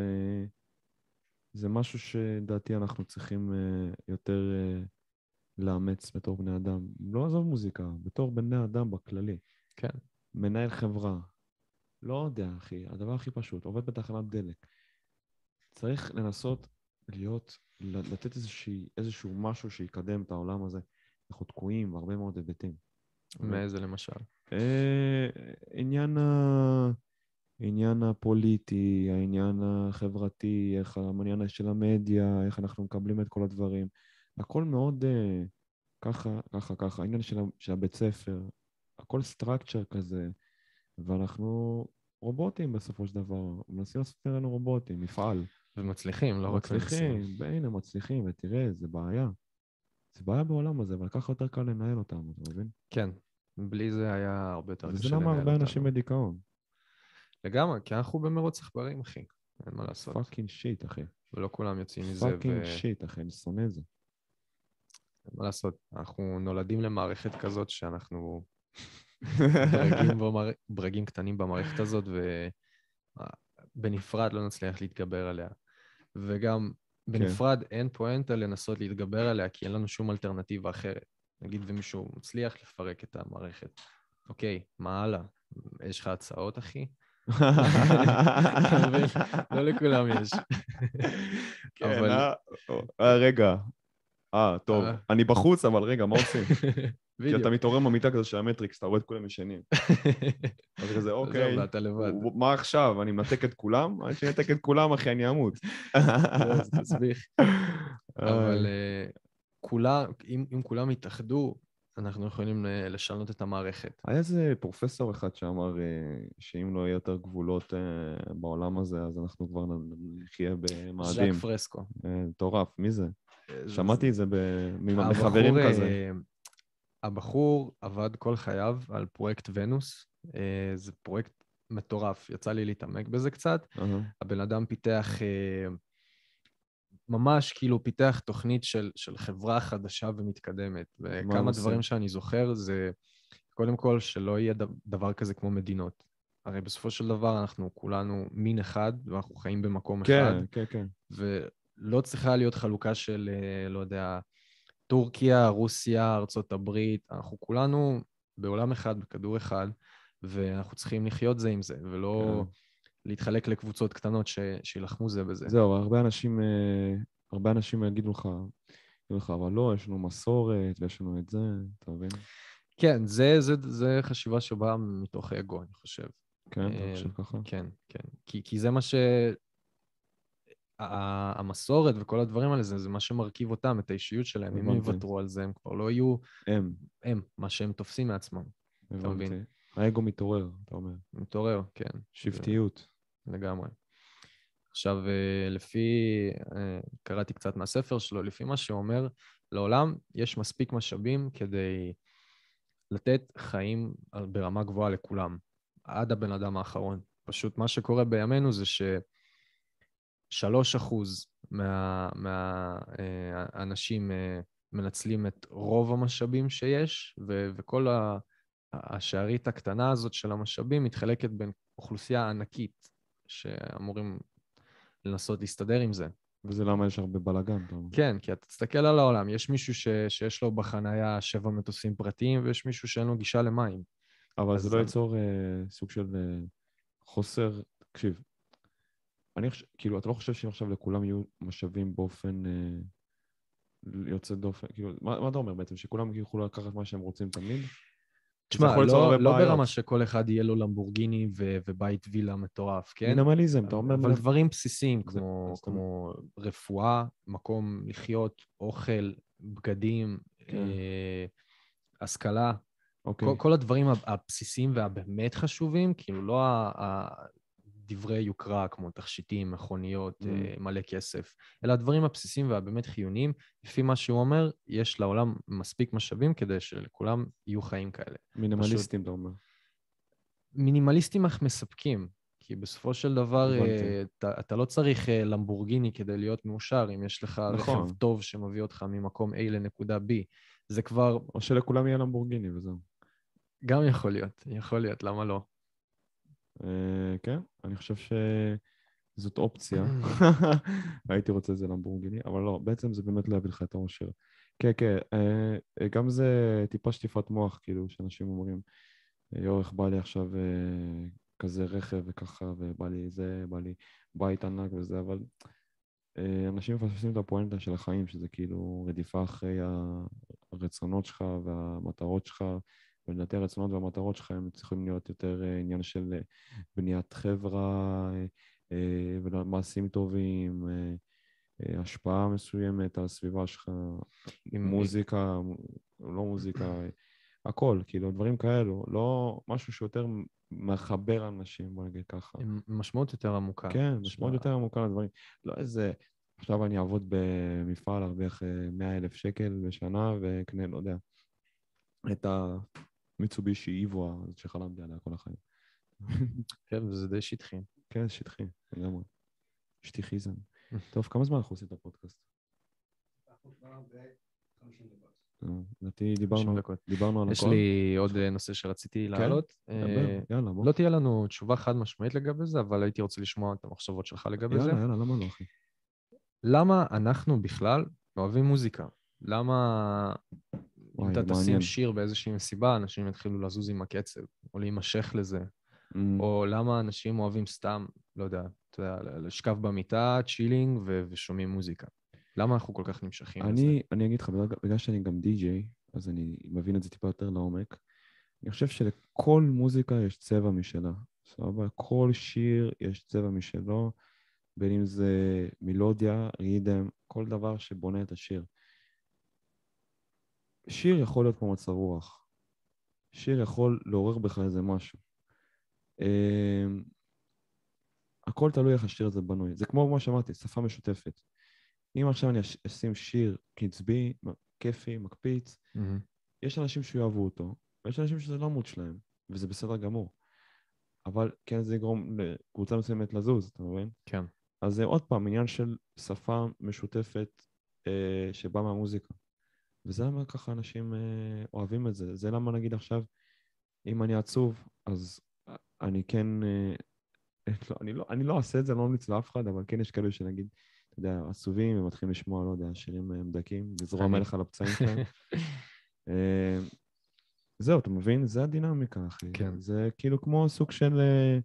זה משהו שדעתי אנחנו צריכים uh, יותר uh, לאמץ בתור בני אדם. לא עזוב מוזיקה, בתור בני אדם בכללי. כן. מנהל חברה. לא יודע, אחי, הדבר הכי פשוט, עובד בתחנת דלק. צריך לנסות להיות, לתת איזושהי, איזשהו משהו שיקדם את העולם הזה. אנחנו תקועים בהרבה מאוד היבטים. מאיזה למשל? אה, עניין ה... העניין הפוליטי, העניין החברתי, איך העניין של המדיה, איך אנחנו מקבלים את כל הדברים. הכל מאוד uh, ככה, ככה, ככה. העניין של, של הבית ספר, הכל סטרקצ'ר כזה, ואנחנו רובוטים בסופו של דבר. מנסים לעשות לנו רובוטים, מפעל. ומצליחים, לא רק מצליחים, מנסים. הנה, מצליחים, ותראה, זה בעיה. זה בעיה בעולם הזה, אבל ככה יותר קל לנהל אותם, אתה מבין? כן, בלי זה היה הרבה יותר קשה וזה לנהל למה אותנו. הרבה אנשים בדיכאון. לגמרי, כי אנחנו במרוץ עכברים, אחי. אין מה לעשות. פאקינג שיט, אחי. ולא כולם יוצאים מזה, פאקינג ו- שיט, אחי, אני שונא את זה. אין מה לעשות. אנחנו נולדים למערכת כזאת שאנחנו ברגים, במער... ברגים קטנים במערכת הזאת, ובנפרד לא נצליח להתגבר עליה. וגם בנפרד אין פואנטה לנסות להתגבר עליה, כי אין לנו שום אלטרנטיבה אחרת. נגיד ומישהו מצליח לפרק את המערכת. אוקיי, מה הלאה? יש לך הצעות, אחי? לא לכולם יש. כן, אבל- אה, רגע, אה, טוב, אה. אני בחוץ, אבל רגע, מה עושים? כי בדיוק. אתה מתעורר מהמיטה כזה של המטריקס, אתה רואה את כולם ישנים. אז כזה, אוקיי, זהו, ואתה לבד. הוא- מה עכשיו? אני מנתק את כולם? אני אנתק את כולם, אחי, אני אמות. זהו, זה תסביך. אבל אה, כולם, אם אם כולם יתאחדו, אנחנו יכולים אה, לשנות את המערכת. היה איזה פרופסור אחד שאמר אה, שאם לא יהיה יותר גבולות אה, בעולם הזה, אז אנחנו כבר נ- נחיה במאדים. ז'אק פרסקו. אה, מטורף, מי זה? אה, שמעתי את זה ב- הבחור, מחברים אה, כזה. הבחור עבד כל חייו על פרויקט ונוס. אה, זה פרויקט מטורף, יצא לי להתעמק בזה קצת. אהה. הבן אדם פיתח, אה, ממש כאילו פיתח תוכנית של, של חברה חדשה ומתקדמת. הם וכמה עושים? דברים שאני זוכר זה, קודם כל, שלא יהיה ד- דבר כזה כמו מדינות. הרי בסופו של דבר אנחנו כולנו מין אחד, ואנחנו חיים במקום אחד, כן, כן, כן. ולא צריכה להיות חלוקה של, אה, לא יודע, טורקיה, רוסיה, ארצות הברית. אנחנו כולנו בעולם אחד, בכדור אחד, ואנחנו צריכים לחיות זה עם זה, ולא כן. להתחלק לקבוצות קטנות ש- שילחמו זה בזה. זהו, הרבה אנשים, אה, הרבה אנשים יגידו לך, יגידו לך, אבל לא, יש לנו מסורת ויש לנו את זה, אתה מבין? כן, זה, זה, זה חשיבה שבאה מתוך אגו, אני חושב. כן, אתה אה, חושב ככה? כן, כן. כי, כי זה מה ש... ה- המסורת וכל הדברים האלה, זה, זה מה שמרכיב אותם, את האישיות שלהם. אם הם הבנתי. יוותרו על זה, הם כבר לא יהיו הם, הם, מה שהם תופסים מעצמם. אתה מבין? הבנתי. האגו מתעורר, אתה אומר. מתעורר, כן. שבטיות. לגמרי. עכשיו, אה, לפי, אה, קראתי קצת מהספר שלו, לפי מה שאומר, לעולם יש מספיק משאבים כדי לתת חיים על- ברמה גבוהה לכולם, עד הבן אדם האחרון. פשוט מה שקורה בימינו זה ששלוש אחוז מהאנשים מה, אה, האנשים, אה, מנצלים את רוב המשאבים שיש, ו- וכל ה- השארית הקטנה הזאת של המשאבים מתחלקת בין אוכלוסייה ענקית, שאמורים לנסות להסתדר עם זה. וזה למה יש הרבה בלאגן, אתה אומר. כן, כי אתה תסתכל על העולם, יש מישהו ש, שיש לו בחנייה שבע מטוסים פרטיים, ויש מישהו שאין לו גישה למים. אבל אז זה זה- לא ייצור אה, סוג של אה, חוסר, תקשיב, אני חושב, כאילו, אתה לא חושב שאם עכשיו לכולם יהיו משאבים באופן אה, יוצא דופן, כאילו, מה, מה אתה אומר בעצם? שכולם יוכלו לקחת מה שהם רוצים תמיד? כי זה תשמע, יכול ליצור לא, הרבה לא בעיות. ברמה שכל אחד יהיה לו למבורגיני ו, ובית וילה מטורף, כן? מינימליזם, אתה אומר... אבל מינימ- דברים בסיסיים, זה- כמו, אז אתה- כמו רפואה, מקום לחיות, אוכל, בגדים, כן. אה, השכלה, אוקיי. כל, כל הדברים הב- הבסיסיים והבאמת חשובים, כאילו לא ה- ה- דברי יוקרה כמו תכשיטים, מכוניות, Mm. אה, מלא כסף, אלא הדברים הבסיסיים והבאמת חיוניים. לפי מה שהוא אומר, יש לעולם מספיק משאבים כדי שלכולם יהיו חיים כאלה. מינימליסטים, אתה אומר. מינימליסטים אך מספקים, כי בסופו של דבר הבנתי. אה, אתה, אתה לא צריך אה, למבורגיני כדי להיות מאושר, אם יש לך נכון. רכב טוב שמביא אותך ממקום A לנקודה B. זה כבר או שלכולם יהיה למבורגיני וזהו. גם יכול להיות, יכול להיות, למה לא? אה, כן, אני חושב שזאת אופציה. הייתי רוצה את זה למבורגיני, אבל לא, בעצם זה באמת לא יביא לך את האושר. כן, כן, אה, גם זה טיפה שטיפת מוח, כאילו, שאנשים אומרים, יואו, איך בא לי עכשיו אה, כזה רכב וככה, ובא לי זה, בא לי בית ענק וזה, אבל אה, אנשים מפספסים את הפואנטה של החיים, שזה כאילו רדיפה אחרי הרצונות שלך והמטרות שלך, ולדעתי הרצונות והמטרות שלך הם צריכים להיות יותר אה, עניין של אה, בניית חברה, אה, אה, ומעשים טובים, אה, אה, השפעה מסוימת על הסביבה שלך, עם- מוזיקה, לא מוזיקה, הכל, כאילו, דברים כאלו, לא משהו שיותר מחבר אנשים, בוא נגיד ככה. עם משמעות יותר עמוקה. כן, משמעות יותר עמוקה לדברים. לא איזה, עכשיו אני אעבוד במפעל, ארוויח אה, מאה אלף שקל בשנה, ואקנה, לא יודע, את המיצובישי איבו הזאת שחלמתי עליה כל החיים. כן, וזה די שטחי. כן, שטחי, לגמרי. שטיחיזם. טוב, כמה זמן אנחנו עושים את הפודקאסט? אנחנו כבר ב-חמישים דקות. אה, לדעתי דיברנו חמישים דקות. דיברנו על הכל. יש לי עוד אה, נושא שרציתי להעלות. דבר, אה, יאללה, בוא. לא תהיה לנו תשובה חד משמעית לגבי זה, אבל הייתי רוצה לשמוע את המחשבות שלך לגבי זה. יאללה, יאללה, למה לא, אחי? למה אנחנו בכלל אוהבים מוזיקה? למה אם וואי, אתה זה תשים מעניין. שיר באיזושהי מסיבה, אנשים יתחילו לזוז עם הקצב, או להימשך לזה? Mm, או למה אנשים אוהבים סתם, לא יודע, אתה יודע, לשכב במיטה, צ'ילינג ו- ושומעים מוזיקה? למה אנחנו כל כך נמשכים לזה? אני, אני אגיד לך, בגלל, בגלל שאני גם די-ג'יי, אז אני מבין את זה טיפה יותר לעומק. אני חושב שלכל מוזיקה יש צבע משלה. סבבה? כל שיר יש צבע משלו, בין אם זה מילודיה, רידם, כל דבר שבונה את השיר. שיר יכול להיות כמו מצב רוח. שיר יכול לעורר בך איזה משהו. אמ, הכל תלוי איך השיר הזה בנוי. זה כמו מה שאמרתי, שפה משותפת. אם עכשיו אני אש- אשים שיר קצבי, כיפי, מקפיץ, מהמם. יש אנשים שיאהבו אותו, ויש אנשים שזה לא מות שלהם, וזה בסדר גמור. אבל כן זה יגרום לקבוצה מסוימת לזוז, אתה מבין? כן. אז זה עוד פעם עניין של שפה משותפת אה, שבאה מהמוזיקה. וזה למה ככה אנשים אה, אוהבים את זה. זה למה נגיד עכשיו, אם אני עצוב, אז אני כן... אה, לא, אני, לא, אני לא אעשה את זה, אני לא ממליץ לאף אחד, אבל כן יש כאלו שנגיד, אתה יודע, עצובים ומתחילים לשמוע, לא יודע, שירים אה, מדקים, לזרוע אני. מלך על הפצעים שלהם. אה, זהו, אתה מבין? זה הדינמיקה, אחי. כן. זה כאילו כמו סוג של אה,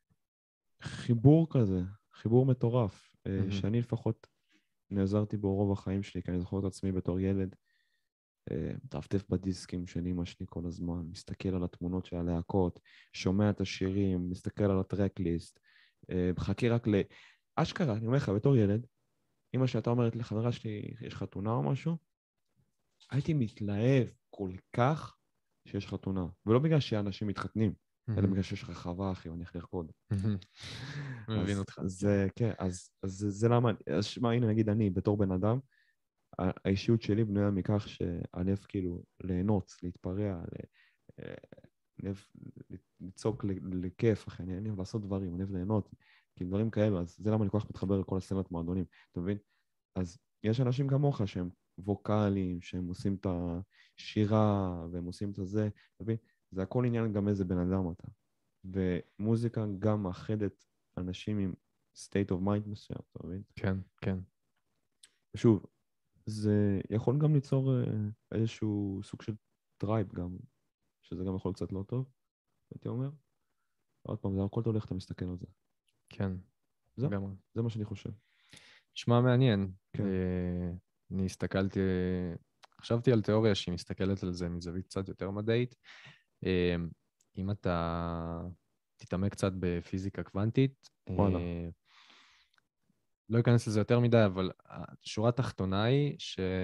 חיבור כזה, חיבור מטורף, אה, מהמם. שאני לפחות נעזרתי בו רוב החיים שלי, כי אני זוכר את עצמי בתור ילד, אה, מטפטף בדיסקים של אמא שלי כל הזמן, מסתכל על התמונות של הלהקות, שומע את השירים, מסתכל על הטרק-ליסט, אה, מחכה רק ל... אשכרה, אני אומר לך, בתור ילד, אמא שאתה אומרת לחברה שלי, יש חתונה או משהו, הייתי מתלהב כל כך שיש חתונה, ולא בגלל שאנשים מתחתנים, אלא מהמם. בגלל שיש לך חווה, אחי, ואני הולך לרקוד. מהמם. מבין אז אותך. זה, כן, אז, אז זה, זה למה, אז שמע, הנה נגיד אני, בתור בן אדם, ה- האישיות שלי בנויה מכך שאני אוהב כאילו ליהנות, להתפרע, ל- אה, אני אוהב לצעוק ל- לכיף, אחי, אני אני אוהב לעשות דברים, אני אוהב ליהנות, כאילו דברים כאלו, אז זה למה אני כל כך מתחבר לכל הסצנת מועדונים, אתה מבין? אז יש אנשים כמוך שהם ווקאליים, שהם עושים את השירה, והם עושים את זה, אתה מבין? זה הכל עניין גם איזה בן אדם אתה. ומוזיקה גם מאחדת אנשים עם state of mind מסוים, אתה מבין? כן, כן. שוב, זה יכול גם ליצור אה, איזשהו סוג של טרייב גם, שזה גם יכול קצת לא טוב, הייתי אומר. עוד פעם, זה הכל תלוי איך אתה מסתכל על זה. כן. זהו, לגמרי. זה מה שאני חושב. נשמע מעניין. כן. אה, אני הסתכלתי, חשבתי על תיאוריה שהיא מסתכלת על זה מזווית קצת יותר מדעית. אה, אם אתה תתעמק קצת בפיזיקה קוונטית, וואלה. אה, לא אכנס לזה יותר מדי, אבל השורה התחתונה היא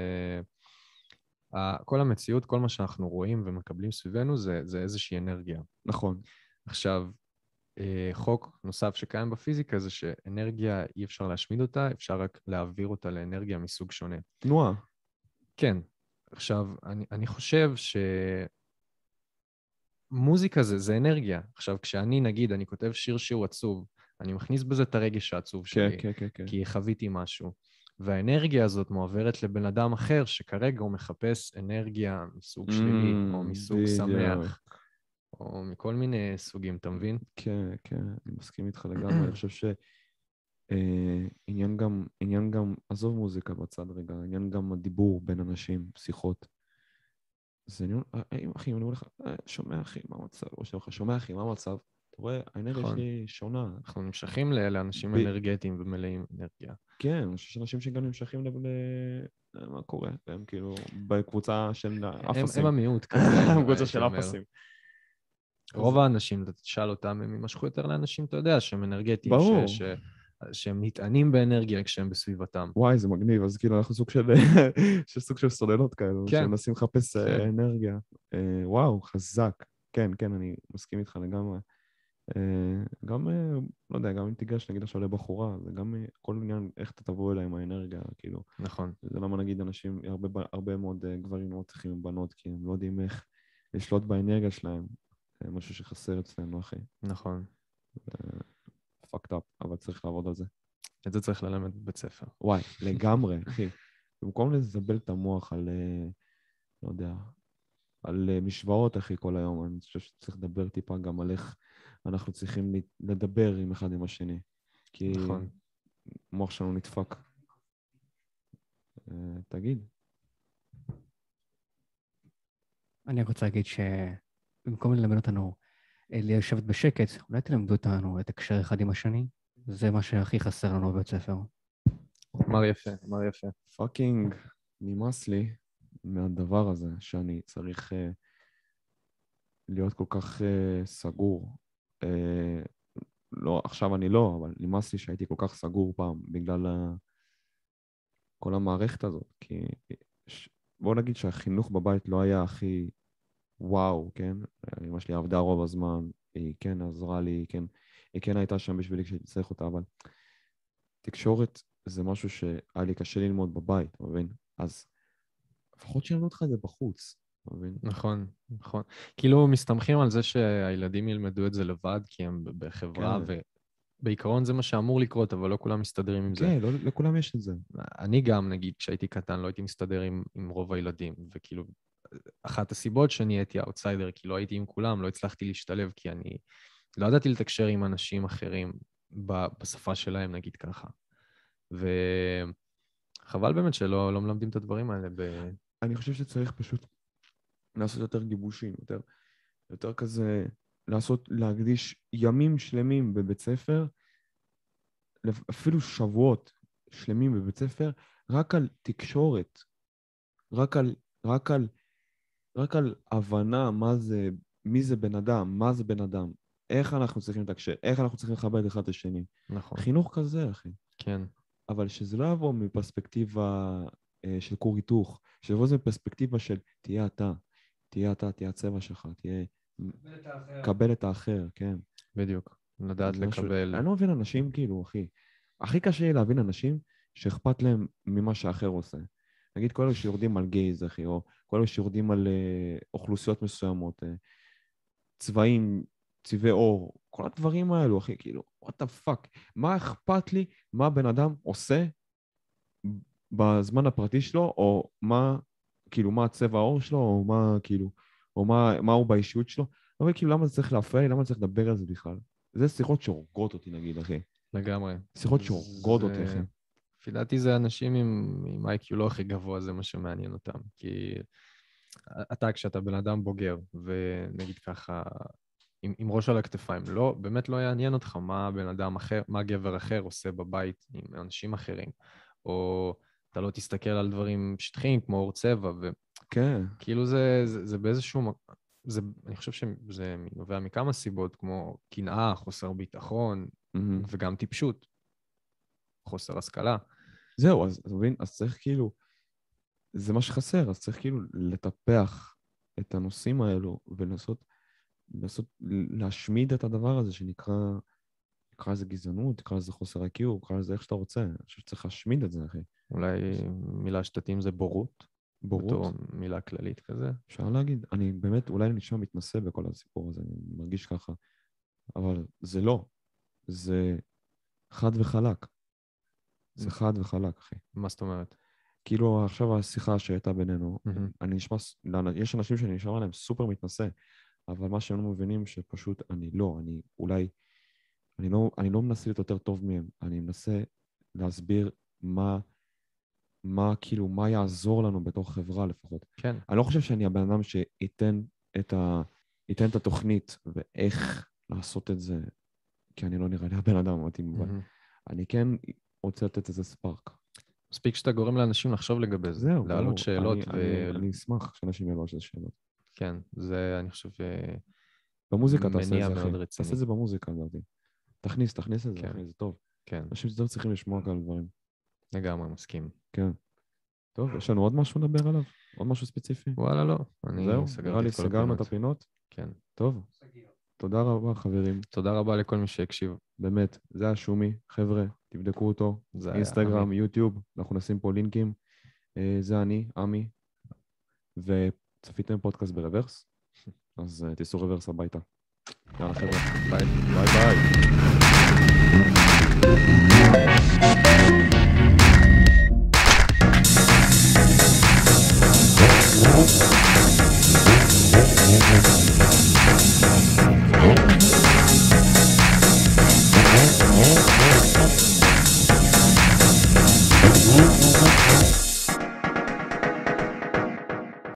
שכל המציאות, כל מה שאנחנו רואים ומקבלים סביבנו, זה, זה איזושהי אנרגיה. נכון. עכשיו, אה, חוק נוסף שקיים בפיזיקה זה שאנרגיה אי אפשר להשמיד אותה, אפשר רק להעביר אותה לאנרגיה מסוג שונה. תנועה. כן. עכשיו, אני, אני חושב שמוזיקה זה, זה אנרגיה. עכשיו, כשאני, נגיד, אני כותב שיר שהוא עצוב, אני מכניס בזה את הרגש העצוב כן, שלי, כן, כן, כן. כי חוויתי משהו. והאנרגיה הזאת מועברת לבן אדם אחר, שכרגע הוא מחפש אנרגיה מסוג שלילי, או מסוג בדיוק. שמח, או מכל מיני סוגים, אתה מבין? כן, כן, אני מסכים איתך לגמרי. אני חושב שעניין גם, עניין גם, עזוב מוזיקה בצד רגע, עניין גם הדיבור בין אנשים, שיחות. זה עניין, אה, אחי, אני אומר לך, "אה, שומע אחי, מה המצב? או שאומר לך, שומע אחי, מה המצב? אתה רואה, האנרגיה נכון. שלי שונה. אנחנו נמשכים ל- לאנשים ב- אנרגטיים ומלאים אנרגיה. כן, אני חושב שיש אנשים שגם נמשכים ל... ל- מה קורה? והם כאילו בקבוצה של הם, אפסים. הם המיעוט כזה, בקבוצה הייתי של אומר. אפסים. רוב האנשים, אתה תשאל אותם, הם יימשכו יותר לאנשים, אתה יודע, שהם אנרגטיים, ברור. ש, ש, שהם נטענים באנרגיה כשהם בסביבתם. וואי, זה מגניב, אז כאילו אנחנו סוג של, של סוג של סוללות כאלו, כן. שמנסים לחפש אה, כן. אנרגיה. אה, וואו, חזק. כן, כן, אני מסכים איתך לגמרי. אה, גם, אה, לא יודע, גם אם תיגש, נגיד עכשיו לבחורה, זה גם אה, כל עניין איך אתה תבוא אליה עם האנרגיה, כאילו. נכון. זה למה נגיד אנשים, הרבה, הרבה מאוד אה, גברים מאוד צריכים עם בנות, כי הם לא יודעים איך לשלוט באנרגיה שלהם. זה משהו שחסר אצלנו, אחי. נכון. fucked up, אבל צריך לעבוד על זה. את זה צריך ללמד בבית ספר. וואי, לגמרי, אחי. במקום לזבל את המוח על, אה, לא יודע, על אה, משוואות, אחי, כל היום, אני חושב שצריך לדבר טיפה גם על איך אנחנו צריכים לדבר עם אחד עם השני. כי נכון. המוח שלנו נדפק. אה, תגיד. אני רוצה להגיד שבמקום ללמד אותנו אה, לשבת בשקט, אולי תלמדו אותנו לתקשר אחד עם השני. זה מה שהכי חסר לנו בבית ספר. אמר יפה, אמר יפה. פאקינג נמאס לי מהדבר הזה, שאני צריך uh, להיות כל כך uh, סגור. Uh, לא, עכשיו אני לא, אבל נמאס לי שהייתי כל כך סגור פעם, בגלל ה... כל המערכת הזאת. כי ש... בוא נגיד שהחינוך בבית לא היה הכי וואו, כן? אמא שלי עבדה רוב הזמן, היא כן עזרה לי, כן, היא כן הייתה שם בשבילי כשהייתי צריך אותה, אבל תקשורת זה משהו שהיה לי קשה ללמוד בבית, אתה מבין? אז לפחות שילמדו אותך את זה בחוץ, אתה מבין? נכון, נכון. כאילו מסתמכים על זה שהילדים ילמדו את זה לבד, כי הם בחברה, כן. ובעיקרון זה מה שאמור לקרות, אבל לא כולם מסתדרים עם זה. כן, לא, לכולם יש את זה. אני גם, נגיד, כשהייתי קטן, לא הייתי מסתדר עם, עם רוב הילדים, וכאילו, אחת הסיבות שאני הייתי האוטסיידר, כי לא הייתי עם כולם, לא הצלחתי להשתלב, כי אני לא ידעתי לתקשר עם אנשים אחרים בשפה שלהם, נגיד ככה. וחבל באמת שלא לא מלמדים את הדברים האלה. ב... אני חושב שצריך פשוט לעשות יותר גיבושים, יותר, יותר כזה, לעשות, להקדיש ימים שלמים בבית ספר, אפילו שבועות שלמים בבית ספר, רק על תקשורת, רק על, רק על, רק על הבנה מה זה, מי זה בן אדם, מה זה בן אדם, איך אנחנו צריכים לתקשר, איך אנחנו צריכים לכבד אחד את השני. נכון. חינוך כזה, אחי. כן. אבל שזה לא יבוא מפרספקטיבה אה, של כור היתוך, שיבוא זה מפרספקטיבה של תהיה אתה, תהיה אתה, תהיה הצבע שלך, תהיה... קבל את האחר, כן. בדיוק. לדעת לקבל... אני לא מבין אנשים כאילו, אחי. הכי קשה לי להבין אנשים שאכפת להם ממה שהאחר עושה. נגיד כל אלה שיורדים על גייז, אחי, או כל אלה שיורדים על uh, אוכלוסיות מסוימות, uh, צבעים, צבעי אור, כל הדברים האלו, אחי, כאילו, what the fuck, מה אכפת לי, מה בן אדם עושה בזמן הפרטי שלו, או מה, כאילו, מה הצבע האור שלו, או מה, כאילו, או מה, מה הוא באישיות שלו, אבל כאילו, למה זה צריך להפריע לי, למה זה צריך לדבר על זה בכלל? זה שיחות שהורגות אותי, נגיד, אחי. לגמרי. שיחות שהורגות אותי, אחי. לפי דעתי זה אנשים עם, עם איי קיו לא הכי גבוה, זה מה שמעניין אותם. כי אתה, כשאתה בן אדם בוגר, ונגיד ככה, עם, עם ראש על הכתפיים, לא, באמת לא יעניין אותך מה בן אדם אחר, מה גבר אחר עושה בבית עם אנשים אחרים, או אתה לא תסתכל על דברים שטחיים כמו אור צבע, כן. וכאילו זה, זה, זה באיזשהו, זה, אני חושב שזה נובע מכמה סיבות, כמו קנאה, חוסר ביטחון, Mm-hmm. וגם טיפשות, חוסר השכלה. זהו, אז אתה מבין, אז צריך כאילו, זה מה שחסר, אז צריך כאילו לטפח את הנושאים האלו, ולנסות, לנסות להשמיד את הדבר הזה שנקרא, נקרא לזה גזענות, נקרא לזה חוסר איי קיו, נקרא לזה איך שאתה רוצה, אני חושב שצריך להשמיד את זה, אחי. אולי מילה שתתאים זה בורות? בורות? בתור מילה כללית כזה? אפשר להגיד, אני באמת, אולי אני נשמע מתנסה בכל הסיפור הזה, אני מרגיש ככה, אבל זה לא. זה חד וחלק. זה חד וחלק, אחי. מה זאת אומרת? כאילו עכשיו השיחה שהייתה בינינו, Mm-hmm. אני נשמע, יש אנשים שאני נשמע עליהם סופר מתנסה, אבל מה שהם לא מבינים שפשוט אני לא, אני אולי, אני לא, אני לא מנסה להיות יותר טוב מהם, אני מנסה להסביר מה, מה כאילו, מה יעזור לנו בתוך חברה לפחות. כן. אני לא חושב שאני הבן אדם שייתן את ה, ייתן את התוכנית ואיך לעשות את זה, כי אני לא נראה לי הבן אדם מתאים, אבל אני כן רוצה לתת איזה ספארק. מספיק שאתה גורם לאנשים לחשוב לגבי זה, זהו, להעלות שאלות. אני, ו... אני, אני אשמח שאנשים יעלו על זה שאלות. כן, זה אני חושב במוזיקה תעשה את זה, אחי. רציני. תעשה את זה במוזיקה, לדעתי. תכניס, תכניס את זה, כן. אחי, זה טוב. כן. אנשים יותר צריכים לשמוע כאלה דברים. לגמרי, מסכים. כן. טוב, יש לנו עוד משהו לדבר עליו? עוד משהו ספציפי? וואלה, לא. אני זהו, סגרתי נראה לי את כל סגרנו הפינות. את הפינות. כן. טוב. תודה רבה, חברים. תודה רבה לכל מי שהקשיב. באמת, זה השומי. חבר'ה, תבדקו אותו. זה אינסטגרם, עמי. יוטיוב, אנחנו נשים פה לינקים. אה, זה אני, עמי, וצפיתם פודקאסט ברוורס, אז uh, תיסעו רוורס הביתה. יאללה חבר'ה, ביי. ביי ביי.